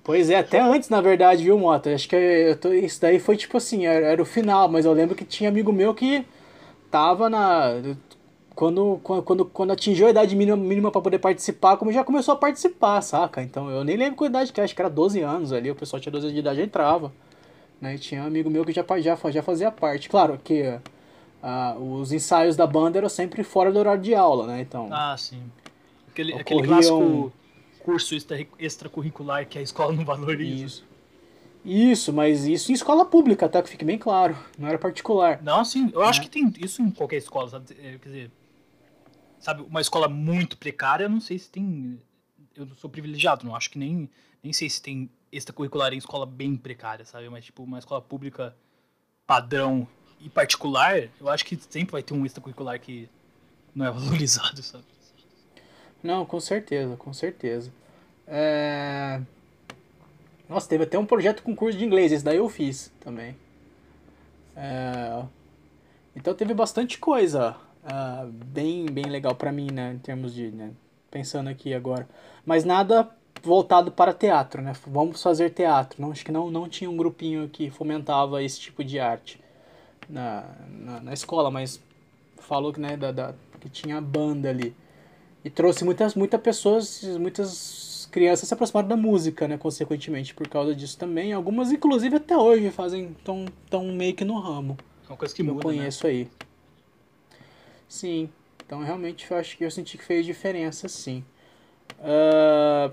Pois é, até antes, na verdade, viu, Mota? Acho que eu tô, isso daí foi tipo assim, era, era o final, mas eu lembro que tinha amigo meu que tava na. Quando, quando, quando, quando atingiu a idade mínima, mínima pra poder participar, como já começou a participar, saca? Então eu nem lembro qual idade que é, acho que era doze anos ali, o pessoal tinha doze anos de idade e entrava. Né? E tinha um amigo meu que já, já, já fazia parte. Claro que ah, os ensaios da banda eram sempre fora do horário de aula, né? Então, Ah, sim. Aquele, aquele ocorriam. clássico curso extra, extracurricular que a escola não valoriza. Isso. Isso, mas isso em escola pública, tá? Que fique bem claro. Não era particular. Não, sim, eu acho Né? que tem isso em qualquer escola, sabe? É, quer dizer, sabe, uma escola muito precária, eu não sei se tem. Eu não sou privilegiado, não acho que nem, nem sei se tem extracurricular em escola bem precária, sabe? Mas, tipo, uma escola pública padrão e particular, eu acho que sempre vai ter um extracurricular que não é valorizado, sabe? Não, com certeza, com certeza. É... Nossa, teve até um projeto com curso de inglês, esse daí eu fiz também. É... Então teve bastante coisa ah, bem, bem legal pra mim, né, em termos de, né, pensando aqui agora. Mas nada voltado para teatro, né? Vamos fazer teatro. Não, acho que não, não tinha um grupinho que fomentava esse tipo de arte na, na, na escola, mas falou que, né, da, da, que tinha banda ali. E trouxe muitas, muitas pessoas, muitas crianças se aproximaram da música, né, consequentemente, por causa disso também. Algumas, inclusive, até hoje fazem, tão, tão meio que no ramo. É uma coisa que Eu muda, né? conheço aí. Sim, então realmente eu acho que eu senti que fez diferença, sim. Ah,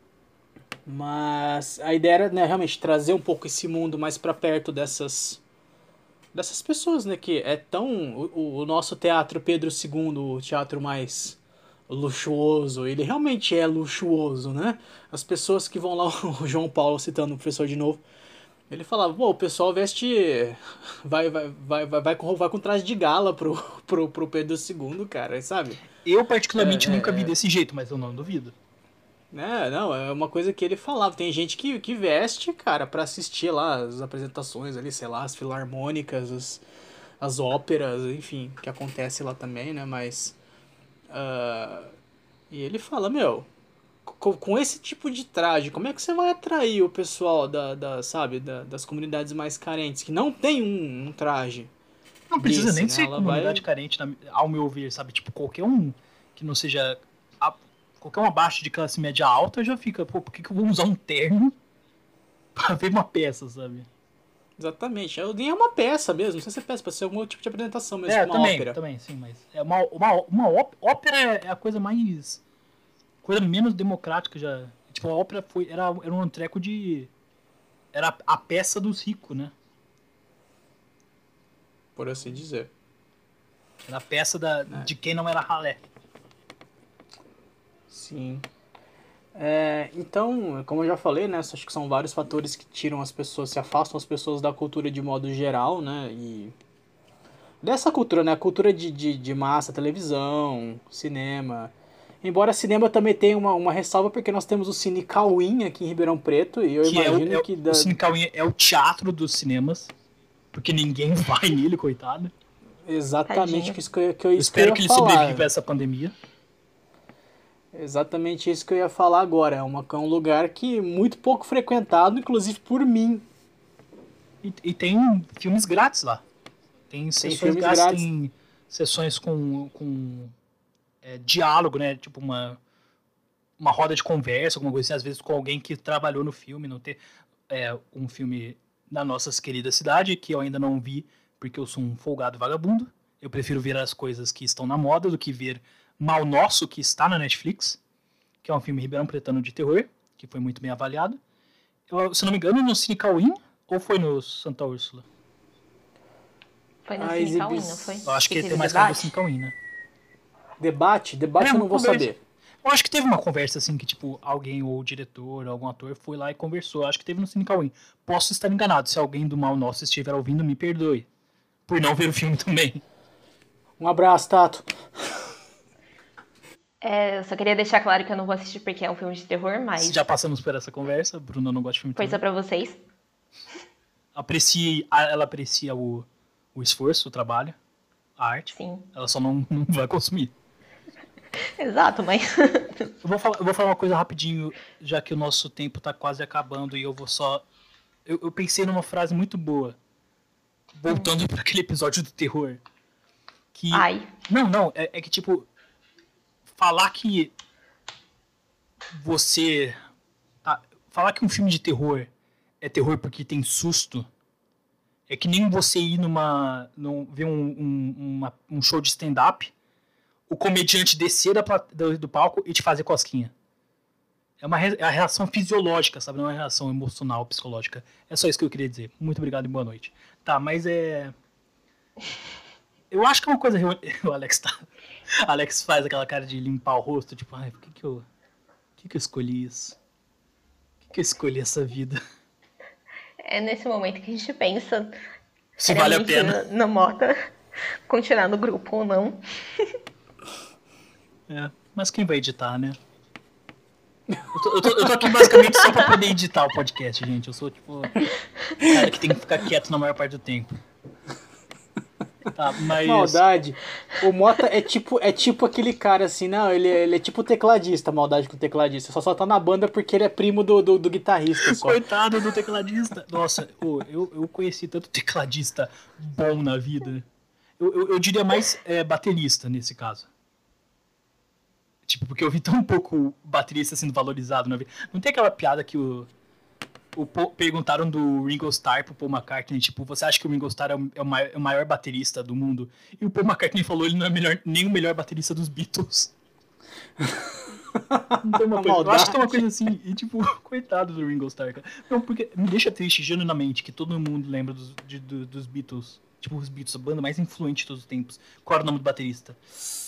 mas a ideia era, né, realmente trazer um pouco esse mundo mais pra perto dessas dessas pessoas, né, que é tão o, o nosso teatro Pedro segundo, o teatro mais luxuoso, ele realmente é luxuoso, né? As pessoas que vão lá, o João Paulo citando o professor de novo, ele falava, pô, o pessoal veste. Vai, vai, vai, vai, vai, com, vai com traje de gala pro, pro, pro Pedro segundo, cara, sabe? Eu, É, particularmente, nunca vi é, é, desse jeito, mas eu não duvido. né, não, é uma coisa que ele falava. Tem gente que, que veste, cara, pra assistir lá as apresentações ali, sei lá, as filarmônicas, as, as óperas, enfim, que acontece lá também, né? Mas. ah, e ele fala, meu, com, com esse tipo de traje, como é que você vai atrair o pessoal da, da sabe, da- das comunidades mais carentes, que não tem um, um traje Não precisa desse, nem né? ser Ela comunidade vai. carente, na- ao meu ver, sabe? Tipo, qualquer um que não seja. a- qualquer um abaixo de classe média alta já fica, pô, por que, que eu vou usar um terno pra ver uma peça, sabe? Exatamente. Eu nem é uma peça mesmo, não sei se é peça, pode ser algum tipo de apresentação mesmo, É, tipo uma também, ópera. também, sim, mas é uma, uma, uma ó- ópera é a coisa mais. Coisa menos democrática já. Tipo, a ópera foi, era, era um treco de. Era a peça dos ricos, né? Por assim dizer. Era a peça da, Né? de quem não era ralé. Sim. É, então, como eu já falei, né, acho que são vários fatores que tiram as pessoas, se afastam as pessoas da cultura de modo geral, né, e dessa cultura, né, a cultura de, de, de massa, televisão, cinema. Embora cinema também tenha uma, uma ressalva, porque nós temos o Cine Cauim aqui em Ribeirão Preto, e eu Que é, o- imagino é, o que o da, Cine Cauim é o teatro dos cinemas. Porque ninguém vai nele, coitado. exatamente Tadinho. isso que eu, que eu, Eu isso que eu espero ia que ele sobreviva a falar. essa pandemia. Exatamente isso que eu ia falar agora. É, uma, é um lugar que é muito pouco frequentado, inclusive por mim. E, e tem filmes grátis lá. Tem Tem sessões filmes grátis, grátis. tem sessões com, com é, diálogo, né? Tipo uma, uma roda de conversa, alguma coisa assim, às vezes com alguém que trabalhou no filme, não ter é, um filme na nossa querida cidade, que eu ainda não vi, porque eu sou um folgado vagabundo. Eu prefiro ver as coisas que estão na moda do que ver Mal Nosso, que está na Netflix, que é um filme ribeirão pretano de terror, que foi muito bem avaliado. Eu, se não me engano, no Cine Cauim ou foi no Santa Úrsula? Foi no A Cine Cauim, não foi? Eu acho Que que teve tem o mais cara do Cine debate? Cauim, né? Debate? Debate É, eu uma não vou conversa. saber. Eu acho que teve uma conversa assim que, tipo, alguém, ou o diretor, ou algum ator, foi lá e conversou. Eu acho que teve no Cine Cauim. Posso estar enganado. Se alguém do Mal Nosso estiver ouvindo, me perdoe. Por não ver o filme também. Um abraço, Tato. É, eu só queria deixar claro que eu não vou assistir porque é um filme de terror, Já mas passamos por essa conversa. Bruna não gosta de filme de força terror. pra vocês. Aprecie, ela aprecia o, o esforço, o trabalho, a arte. Sim. Ela só não, não vai consumir. Exato, mas... Eu vou, falar, eu vou falar uma coisa rapidinho, já que o nosso tempo tá quase acabando e eu vou só... Eu, eu pensei numa frase muito boa, voltando hum. para aquele episódio do terror. Que... Ai. Não, não, é, é que tipo... Falar que você... Tá, falar que um filme de terror é terror porque tem susto é que nem você ir numa... Num, ver um, um, uma, um show de stand-up, o comediante descer da, do, do palco e te fazer cosquinha. É uma re, é a reação fisiológica, sabe? Não é uma reação emocional, psicológica. É só isso que eu queria dizer. Muito obrigado e boa noite. Tá, mas é... Eu acho que é uma coisa... O Alex tá... Alex faz aquela cara de limpar o rosto, tipo, ai, por que que eu... Por que que eu escolhi isso? Por que que eu escolhi essa vida? É nesse momento que a gente pensa... Se vale a pena. Na Mota continuar no grupo ou não. É, mas quem vai editar, né? Eu tô, eu, tô, eu tô aqui basicamente só pra poder editar o podcast, gente. Eu sou, tipo, o cara que tem que ficar quieto na maior parte do tempo. Tá, mas... Maldade. O Mota é tipo, é tipo aquele cara assim, não, ele, ele é tipo tecladista, Maldade com o tecladista. Só só tá na banda porque ele é primo do, do, do guitarrista. Só. Coitado do tecladista. Nossa, oh, eu, eu conheci tanto tecladista bom na vida. Eu, eu, eu diria mais é, baterista nesse caso. Tipo, porque eu vi tão pouco baterista sendo valorizado na vida. Não tem aquela piada que o... o Paul, perguntaram do Ringo Starr pro Paul McCartney, tipo, você acha que o Ringo Starr é o, é o, maior, é o maior baterista do mundo? E o Paul McCartney falou ele não é melhor, nem o melhor baterista dos Beatles. Não tem uma coisa, eu acho que tem uma coisa assim, e tipo, coitado do Ringo Starr, cara. Não, porque me deixa triste, genuinamente, que todo mundo lembra dos, de, do, dos Beatles. Tipo, os Beatles, a banda mais influente de todos os tempos. Qual era o nome do baterista?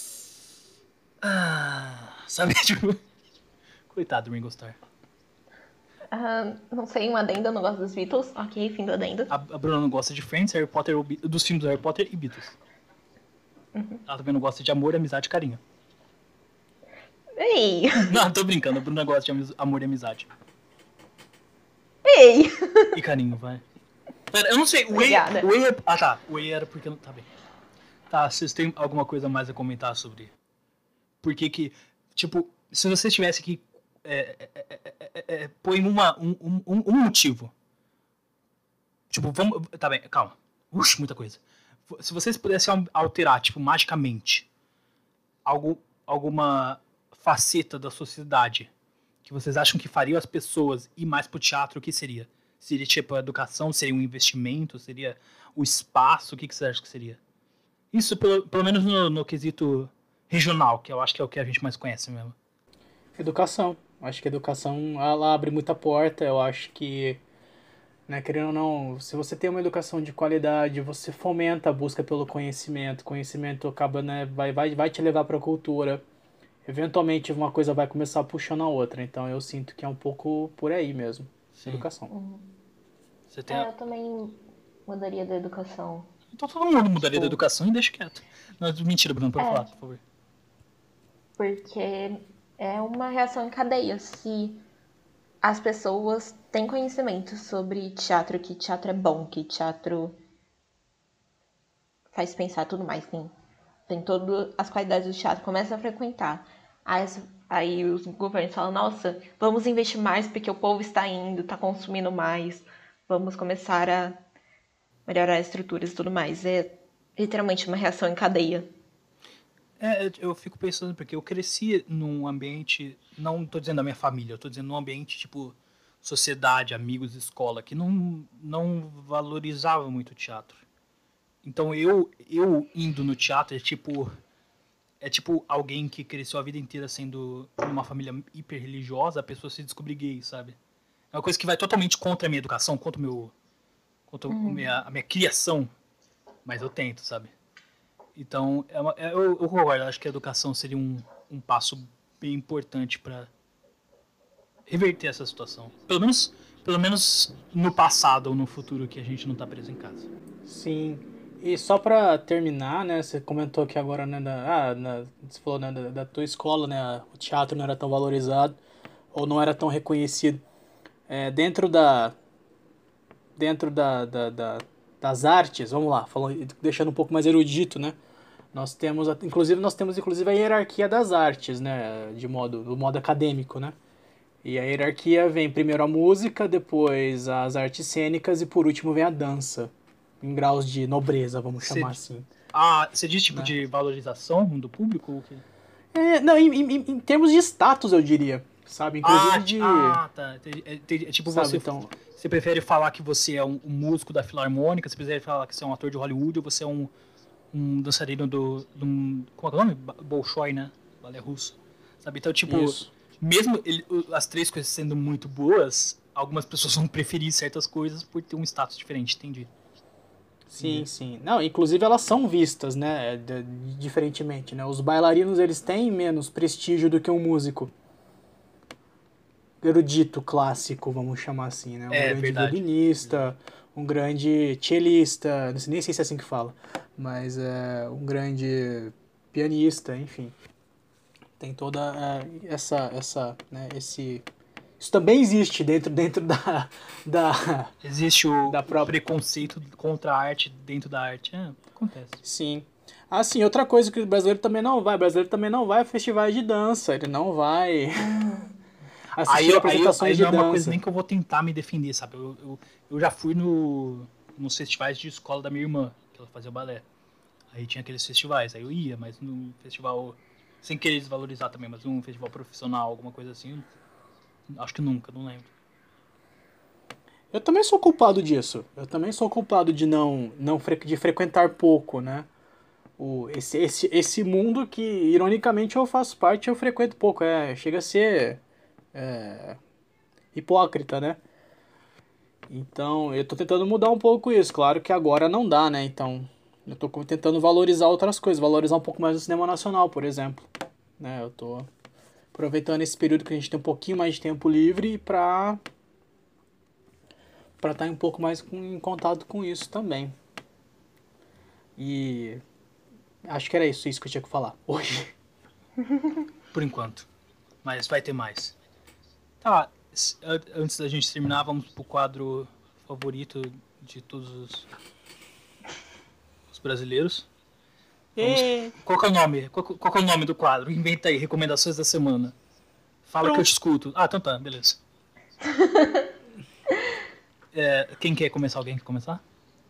Ah, sabe, tipo... Coitado do Ringo Starr. Uh, não sei, um adendo, eu não gosto dos Beatles. Ok, fim do adendo. A, a Bruna não gosta de Friends, Harry Potter, dos filmes do Harry Potter e Beatles. Uhum. Ela também não gosta de amor, amizade e carinho. Ei! Não, tô brincando, a Bruna gosta de amor e amizade. Ei! E carinho, vai. Pera, eu não sei, o Way, o Way é... Ah tá, o Way era porque... Tá bem. Tá, vocês têm alguma coisa mais a comentar sobre... Por que que... Tipo, se você tivesse que... É, é, é, é, é, põe uma, um, um, um motivo. Tipo, vamos... Tá bem, calma. Uxi, muita coisa. Se vocês pudessem alterar, tipo, magicamente, algo, alguma faceta da sociedade que vocês acham que faria as pessoas ir mais pro teatro, o que seria? Seria, tipo, a educação? Seria um investimento? Seria o espaço? O que, que você acha que seria? Isso, pelo, pelo menos no, no quesito regional, que eu acho que é o que a gente mais conhece mesmo. Educação. Acho que a educação, ela abre muita porta. Eu acho que, né, querendo ou não, se você tem uma educação de qualidade, você fomenta a busca pelo conhecimento. Conhecimento acaba, né, vai, vai, vai te levar para a cultura. Eventualmente uma coisa vai começar puxando a outra. Então eu sinto que é um pouco por aí mesmo. Sim. Educação. Uhum. Você tem é, a... eu também mudaria da educação. Então todo mundo mudaria tipo... da educação e deixa quieto. Não, mentira, Bruno, pode é. falar, por favor. Porque é uma reação em cadeia. Se as pessoas têm conhecimento sobre teatro, que teatro é bom, que teatro faz pensar tudo mais, tem, tem todas as qualidades do teatro, começa a frequentar. Aí, aí os governos falam, nossa, vamos investir mais porque o povo está indo, está consumindo mais, vamos começar a melhorar as estruturas e tudo mais. É literalmente uma reação em cadeia. É, eu fico pensando, porque eu cresci num ambiente, não tô dizendo da minha família, eu tô dizendo num ambiente tipo sociedade, amigos, escola, que não, não valorizava muito o teatro. Então eu, eu indo no teatro é tipo, é tipo alguém que cresceu a vida inteira sendo uma família hiper religiosa, a pessoa se descobrir gay, sabe? É uma coisa que vai totalmente contra a minha educação, contra, o meu, contra uhum. a, minha, a minha criação, mas eu tento, sabe? Então, é uma, é, eu, eu concordo, acho que a educação seria um, um passo bem importante para reverter essa situação. Pelo menos, pelo menos no passado ou no futuro que a gente não está preso em casa. Sim. E só para terminar, né, você comentou que agora, né, da, ah, na, você falou, né, da, da tua escola, né, o teatro não era tão valorizado ou não era tão reconhecido. É, dentro da, dentro da, da, da, das artes, vamos lá, falando, deixando um pouco mais erudito, né, Nós temos, inclusive, nós temos inclusive a hierarquia das artes, né? De modo, do modo acadêmico, né? E a hierarquia vem primeiro a música, depois as artes cênicas e por último vem a dança. Em graus de nobreza, vamos Cê- chamar assim. Ah, você diz tipo Né? de valorização do público? Ou o quê? É, não, em, em- em termos de status, eu diria. Sabe? Inclusive Ah, de. ah, tá. Entendi. É, entendi. É tipo, sabe, você, então. você prefere falar que você é um, um músico da Filarmônica, você prefere falar que você é um ator de Hollywood, ou você é um, um dançarino do, do. Como é que é o nome? Ba- Bolshoi, né? Balé russo. Sabe? Então, tipo, Isso. mesmo ele- o- as três coisas sendo muito boas, algumas pessoas vão preferir certas coisas por ter um status diferente, entendi. Sim, sim. Não, inclusive elas são vistas, né, de- diferentemente, né? Os bailarinos, eles têm menos prestígio do que um músico erudito, clássico, vamos chamar assim, né? Um É, grande verdade. violinista, um grande cellista, não sei- nem sei se é assim que fala, mas é um grande pianista, enfim. Tem toda é, essa, essa, né, esse... Isso também existe dentro, dentro da, da, Existe o da própria... preconceito contra a arte dentro da arte. É, acontece. Sim. Ah, sim, outra coisa que o brasileiro também não vai, o brasileiro também não vai a festivais de dança, ele não vai Aí, assistir eu- aí, eu- apresentações aí de não é uma coisa dança. nem que eu vou tentar me defender, sabe? Eu, eu, eu já fui no, nos festivais de escola da minha irmã, que ela fazia balé. Aí tinha aqueles festivais, aí eu ia, mas num festival, sem querer desvalorizar também, mas num festival profissional, alguma coisa assim, acho que nunca, não lembro. Eu também sou culpado disso. Eu também sou culpado de não, não fre- de frequentar pouco, né? O, esse, esse, esse mundo que, ironicamente, eu faço parte, eu frequento pouco. É, chega a ser é, hipócrita, né? Então, eu tô tentando mudar um pouco isso. Claro que agora não dá, né? Então, eu tô co- tentando valorizar outras coisas. Valorizar um pouco mais o cinema nacional, por exemplo. Né? Eu tô aproveitando esse período que a gente tem um pouquinho mais de tempo livre pra para estar um pouco mais com, em contato com isso também. E acho que era isso, isso que eu tinha que falar hoje. Por enquanto. Mas vai ter mais. Tá, s- an- antes da gente terminar, vamos pro quadro favorito de todos os, os brasileiros. Vamos- E... Qual que é o nome? Qual, qual que é o nome do quadro? Inventa aí, recomendações da semana. Fala Pronto. que eu te escuto. Ah, então tá, beleza. É, quem quer começar? Alguém quer começar?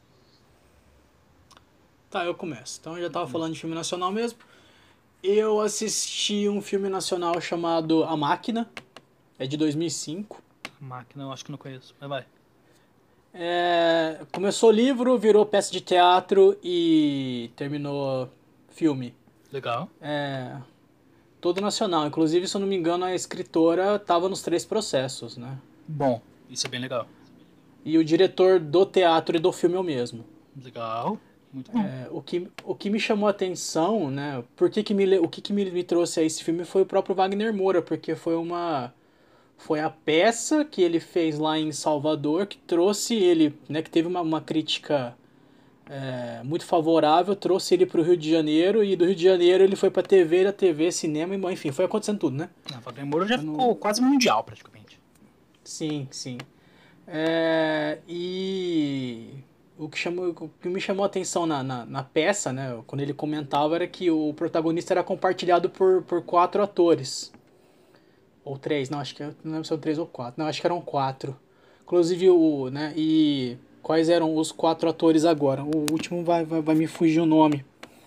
Tá, eu começo. Então eu já tava falando de filme nacional mesmo. Eu assisti um filme nacional chamado A Máquina. É de dois mil e cinco. Máquina, eu acho que não conheço. Mas vai. É, começou livro, virou peça de teatro e terminou filme. Legal. É, todo nacional. Inclusive, se eu não me engano, a escritora estava nos três processos, né? Bom, isso é bem legal. E o diretor do teatro e do filme é o mesmo. Legal. Muito bom. É, o, que, o que me chamou a atenção, né? Por que que me, le- o que, que me, me trouxe a esse filme foi o próprio Wagner Moura, porque foi uma. Foi a peça que ele fez lá em Salvador que trouxe ele, né? Que teve uma, uma crítica é, muito favorável, trouxe ele para o Rio de Janeiro, e do Rio de Janeiro ele foi para T V, da T V, cinema, e, enfim, foi acontecendo tudo, né? A Wagner Moura já Eu não- ficou quase mundial, praticamente. Sim, sim. É, e o que, chamou, o que me chamou a atenção na, na, na peça, né, quando ele comentava, era que o protagonista era compartilhado por, por quatro atores. Ou três, não, acho que não lembro se eram três ou quatro. Não, acho que eram quatro. Inclusive, o, né, e quais eram os quatro atores agora? O último vai, vai, vai me fugir o nome.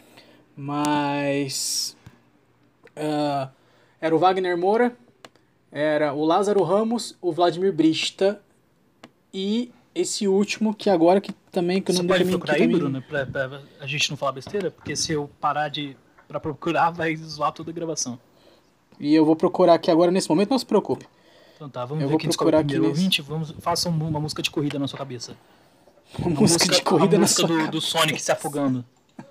Mas... ah, era o Wagner Moura, era o Lázaro Ramos, o Vladimir Brista e esse último que agora que também que eu Você não pode deixa procurar que aí, também- Bruno, pra, pra a gente não falar besteira? Porque se eu parar de pra procurar, vai zoar toda a gravação. E eu vou procurar aqui agora nesse momento, não se preocupe. Então tá, vamos Eu ver vou quem descobre procurar aqui primeiro. nesse- Ouvinte, vamos, faça um- uma música de corrida na sua cabeça. Uma A música de corrida a na música sua do, do Sonic se afogando.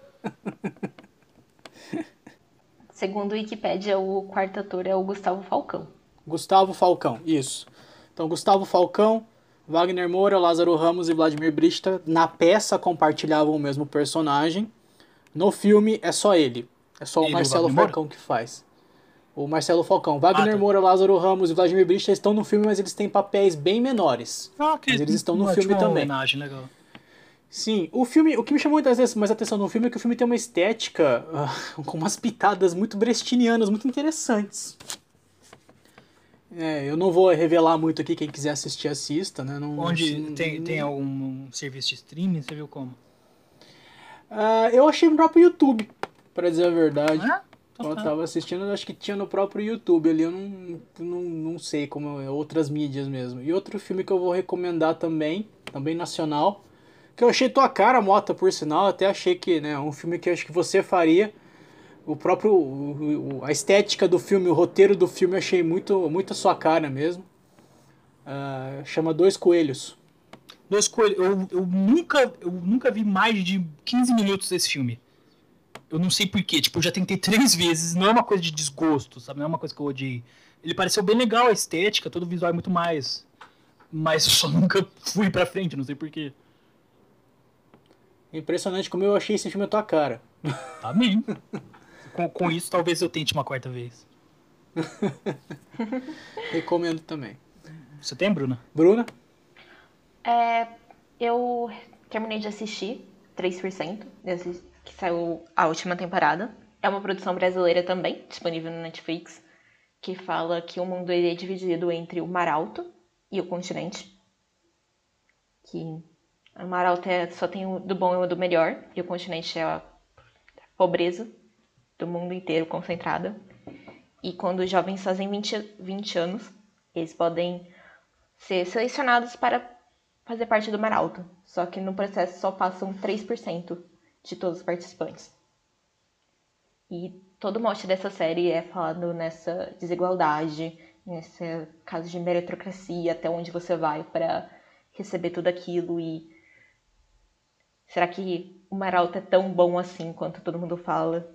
Segundo o Wikipédia, o quarto ator é o Gustavo Falcão. Gustavo Falcão, isso. Então, Gustavo Falcão, Wagner Moura, Lázaro Ramos e Vladimir Brista, na peça compartilhavam o mesmo personagem. No filme é só ele. É só o Ele, o Marcelo Wagner Moura? Falcão que faz. O Marcelo Falcão. Wagner Ah, tá. Moura, Lázaro Ramos e Vladimir Brista estão no filme, mas eles têm papéis bem menores. Ah, que Mas eles estão no uma filme ótima também. homenagem, legal. Sim, o filme, o que me chamou muitas vezes mais atenção no filme é que o filme tem uma estética uh, com umas pitadas muito brechtianas, muito interessantes. É, eu não vou revelar muito aqui, quem quiser assistir, assista, né? Não, Onde não, tem, não... tem algum um serviço de streaming, você viu como? Uh, eu achei no próprio YouTube, pra dizer a verdade. Ah, Quando eu tá. tava assistindo, eu acho que tinha no próprio YouTube ali, eu não, não, não sei como é, outras mídias mesmo. E outro filme que eu vou recomendar também, também nacional, que eu achei tua cara, Mota, por sinal, até achei que, né, um filme que eu acho que você faria. O próprio, o, o, a estética do filme, o roteiro do filme, eu achei muito, muito a sua cara mesmo. Uh, chama Dois Coelhos. Dois Coelhos, eu, eu, nunca, eu nunca vi mais de quinze minutos desse filme. Eu não sei porquê, tipo, eu já tentei três vezes, não é uma coisa de desgosto, sabe? Não é uma coisa que eu odiei. Ele pareceu bem legal, a estética, todo o visual é muito mais. Mas eu só nunca fui pra frente, não sei porquê. Impressionante como eu achei esse filme a tua cara. Tá bem. Com, com isso, talvez eu tente uma quarta vez. Recomendo também. Você tem, Bruna? Bruna? É, eu terminei de assistir três por cento, desse, que saiu a última temporada. É uma produção brasileira também, disponível no Netflix, que fala que o mundo ele é dividido entre o Mar Alto e o continente. Que o Mar Alto é, só tem o do bom e o do melhor, e o continente é a pobreza do mundo inteiro concentrada. E quando os jovens fazem vinte, vinte anos, eles podem ser selecionados para fazer parte do Mar Alto. Só que no processo só passam três por cento de todos os participantes. E todo o mote dessa série é falado nessa desigualdade, nesse caso de meritocracia, até onde você vai para receber tudo aquilo. E será que o Mar Alto é tão bom assim quanto todo mundo fala?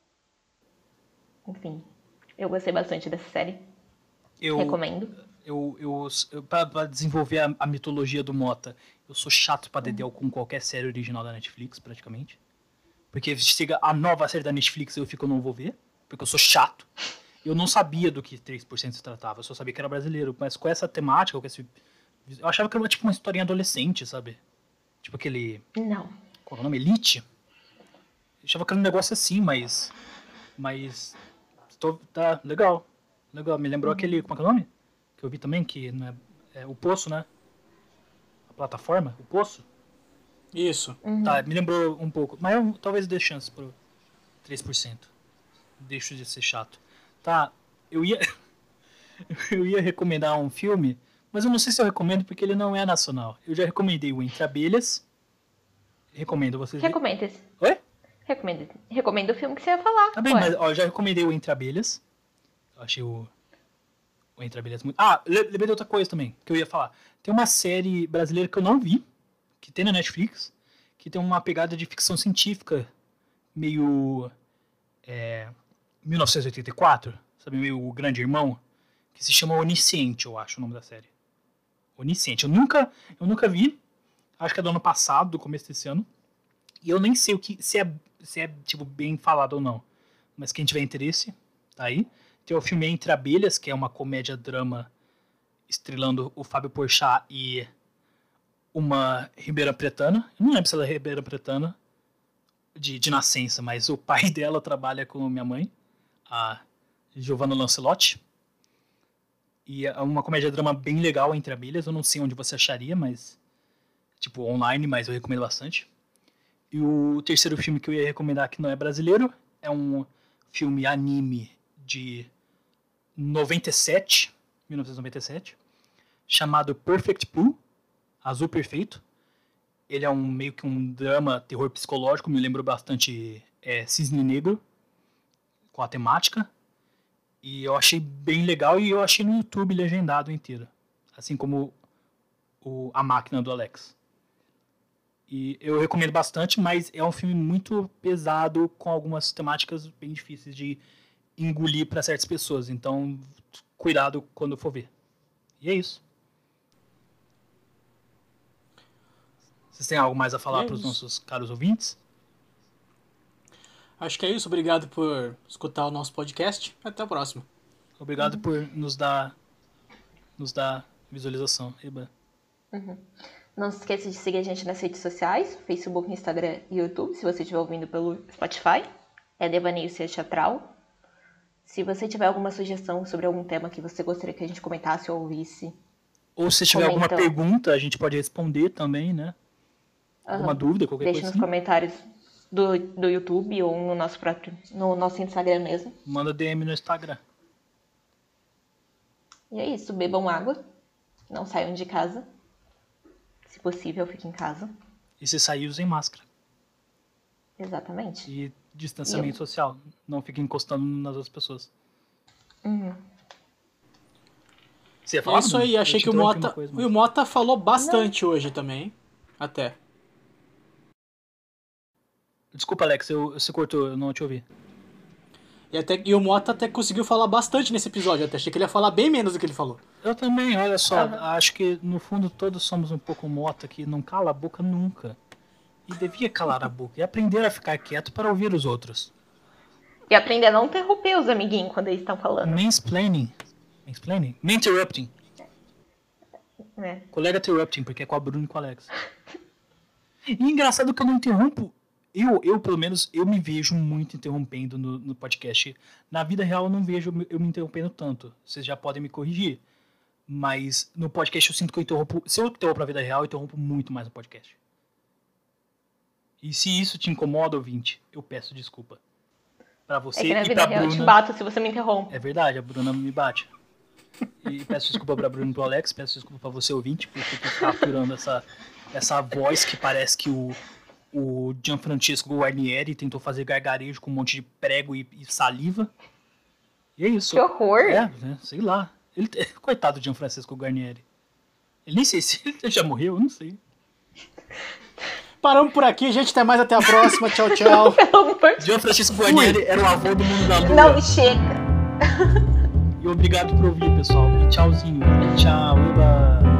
Enfim, eu gostei bastante dessa série. Eu, Recomendo. Eu, eu, eu para desenvolver a, a mitologia do Mota, eu sou chato pra dedéu com qualquer série original da Netflix, praticamente. Porque se chega a nova série da Netflix, eu fico, eu não vou ver. Porque eu sou chato. Eu não sabia do que três por cento se tratava, eu só sabia que era brasileiro. Mas com essa temática, com esse, eu achava que era tipo uma historinha adolescente, sabe? Tipo aquele... Não. Qual é o nome? Elite? Eu achava que era um negócio assim, mas... Mas... Tô, tá, legal. Legal, me lembrou uhum. aquele... Como é que é o nome? Que eu vi também, que não é, é o Poço, né? A plataforma, o Poço. Isso. Uhum. Tá, me lembrou um pouco. Mas eu talvez dê chance pro três por cento. Deixo de ser chato. Tá, eu ia... eu ia recomendar um filme, mas eu não sei se eu recomendo porque ele não é nacional. Eu já recomendei o Entre Abelhas. Recomendo vocês. Recomendo esse. Oi? Recomendo. Recomendo o filme que você ia falar. Tá bem, ué. mas ó, eu já recomendei o Entre Abelhas. Eu achei o... o Entre Abelhas muito... Ah, lembrei de outra coisa também, que eu ia falar. Tem uma série brasileira que eu não vi, que tem na Netflix, que tem uma pegada de ficção científica, meio... É, mil novecentos e oitenta e quatro, sabe, meio O Grande Irmão, que se chama Onisciente, eu acho o nome da série. Onisciente. Eu nunca, eu nunca vi, acho que é do ano passado, do começo desse ano, e eu nem sei o que, se é, se é tipo, bem falado ou não, mas quem tiver interesse, tá aí. Tem o filme Entre Abelhas, que é uma comédia-drama estrelando o Fábio Porchat e uma ribeira pretana. Eu não lembro se ela é ribeira pretana de, de nascença, mas o pai dela trabalha com minha mãe, a Giovanna Lancelotti. E é uma comédia-drama bem legal, Entre Abelhas. Eu não sei onde você acharia, mas... Tipo, online, mas eu recomendo bastante. E o terceiro filme que eu ia recomendar, que não é brasileiro, é um filme anime de noventa e sete, mil novecentos e noventa e sete, chamado Perfect Blue, Azul Perfeito. Ele é um meio que um drama, terror psicológico, me lembrou bastante é, Cisne Negro, com a temática. E eu achei bem legal e eu achei no YouTube legendado inteiro, assim como o, A Máquina do Alex. E eu recomendo bastante, mas é um filme muito pesado, com algumas temáticas bem difíceis de engolir para certas pessoas. Então, cuidado quando for ver. E é isso. Vocês têm algo mais a falar é para os isso. nossos caros ouvintes? Acho que é isso. Obrigado por escutar o nosso podcast. Até a próxima. Obrigado Uhum. por nos dar, nos dar visualização. Eba. Uhum. Não se esqueça de seguir a gente nas redes sociais, Facebook, Instagram e YouTube, se você estiver ouvindo pelo Spotify. É Devaneio Teatral. Se você tiver alguma sugestão sobre algum tema que você gostaria que a gente comentasse ou ouvisse... Ou se tiver alguma pergunta, a gente pode responder também, né? Alguma uhum. dúvida, qualquer Deixe coisa nos assim. comentários do, do YouTube ou no nosso próprio, no nosso Instagram mesmo. Manda D M no Instagram. E é isso, bebam água, não saiam de casa. Se possível, fiquem em casa. E se sair, usem máscara. Exatamente. E distanciamento e social, não fiquem encostando nas outras pessoas. Uhum. Você ia falar, é isso aí, achei que o Mota, coisa, mas... o Mota falou bastante não. hoje também, até. Desculpa, Alex, eu, você cortou, eu não te ouvi. E, até, e o Mota até conseguiu falar bastante nesse episódio, até achei que ele ia falar bem menos do que ele falou. Eu também, olha só, uhum. acho que no fundo todos somos um pouco Mota que não cala a boca nunca. E devia calar a boca e aprender a ficar quieto para ouvir os outros. E aprender a não interromper os amiguinhos quando eles estão falando. Mansplaining. Mansplaining? Me interrupting. É. Colega interrupting, porque é com a Bruna e com o Alex. E engraçado que eu não interrompo. Eu, eu, pelo menos, eu me vejo muito interrompendo no, no podcast. Na vida real, eu não vejo eu me interrompendo tanto. Vocês já podem me corrigir. Mas no podcast eu sinto que eu interrompo... Se eu interrompo na vida real, eu interrompo muito mais no podcast. E se isso te incomoda, ouvinte, eu peço desculpa. Pra você é que na e vida pra real Bruna... eu te bato se você me interrompe. É verdade, a Bruna me bate. E peço desculpa pra Bruna e pro Alex, peço desculpa pra você, ouvinte, por ter que ficar apurando essa, essa voz que parece que o, o Gianfrancesco Guarnieri tentou fazer gargarejo com um monte de prego e, e saliva. E é isso. Que horror! É, né, sei lá. Ele, coitado do Gianfrancesco Guarnieri. Ele nem sei se ele já morreu, eu não sei. Paramos por aqui, gente. Até mais, até a próxima. Tchau, tchau. Gianfrancesco Guarnieri era o avô do mundo da lua. Não, chega. E obrigado por ouvir, pessoal. E tchauzinho. E tchau. Eba.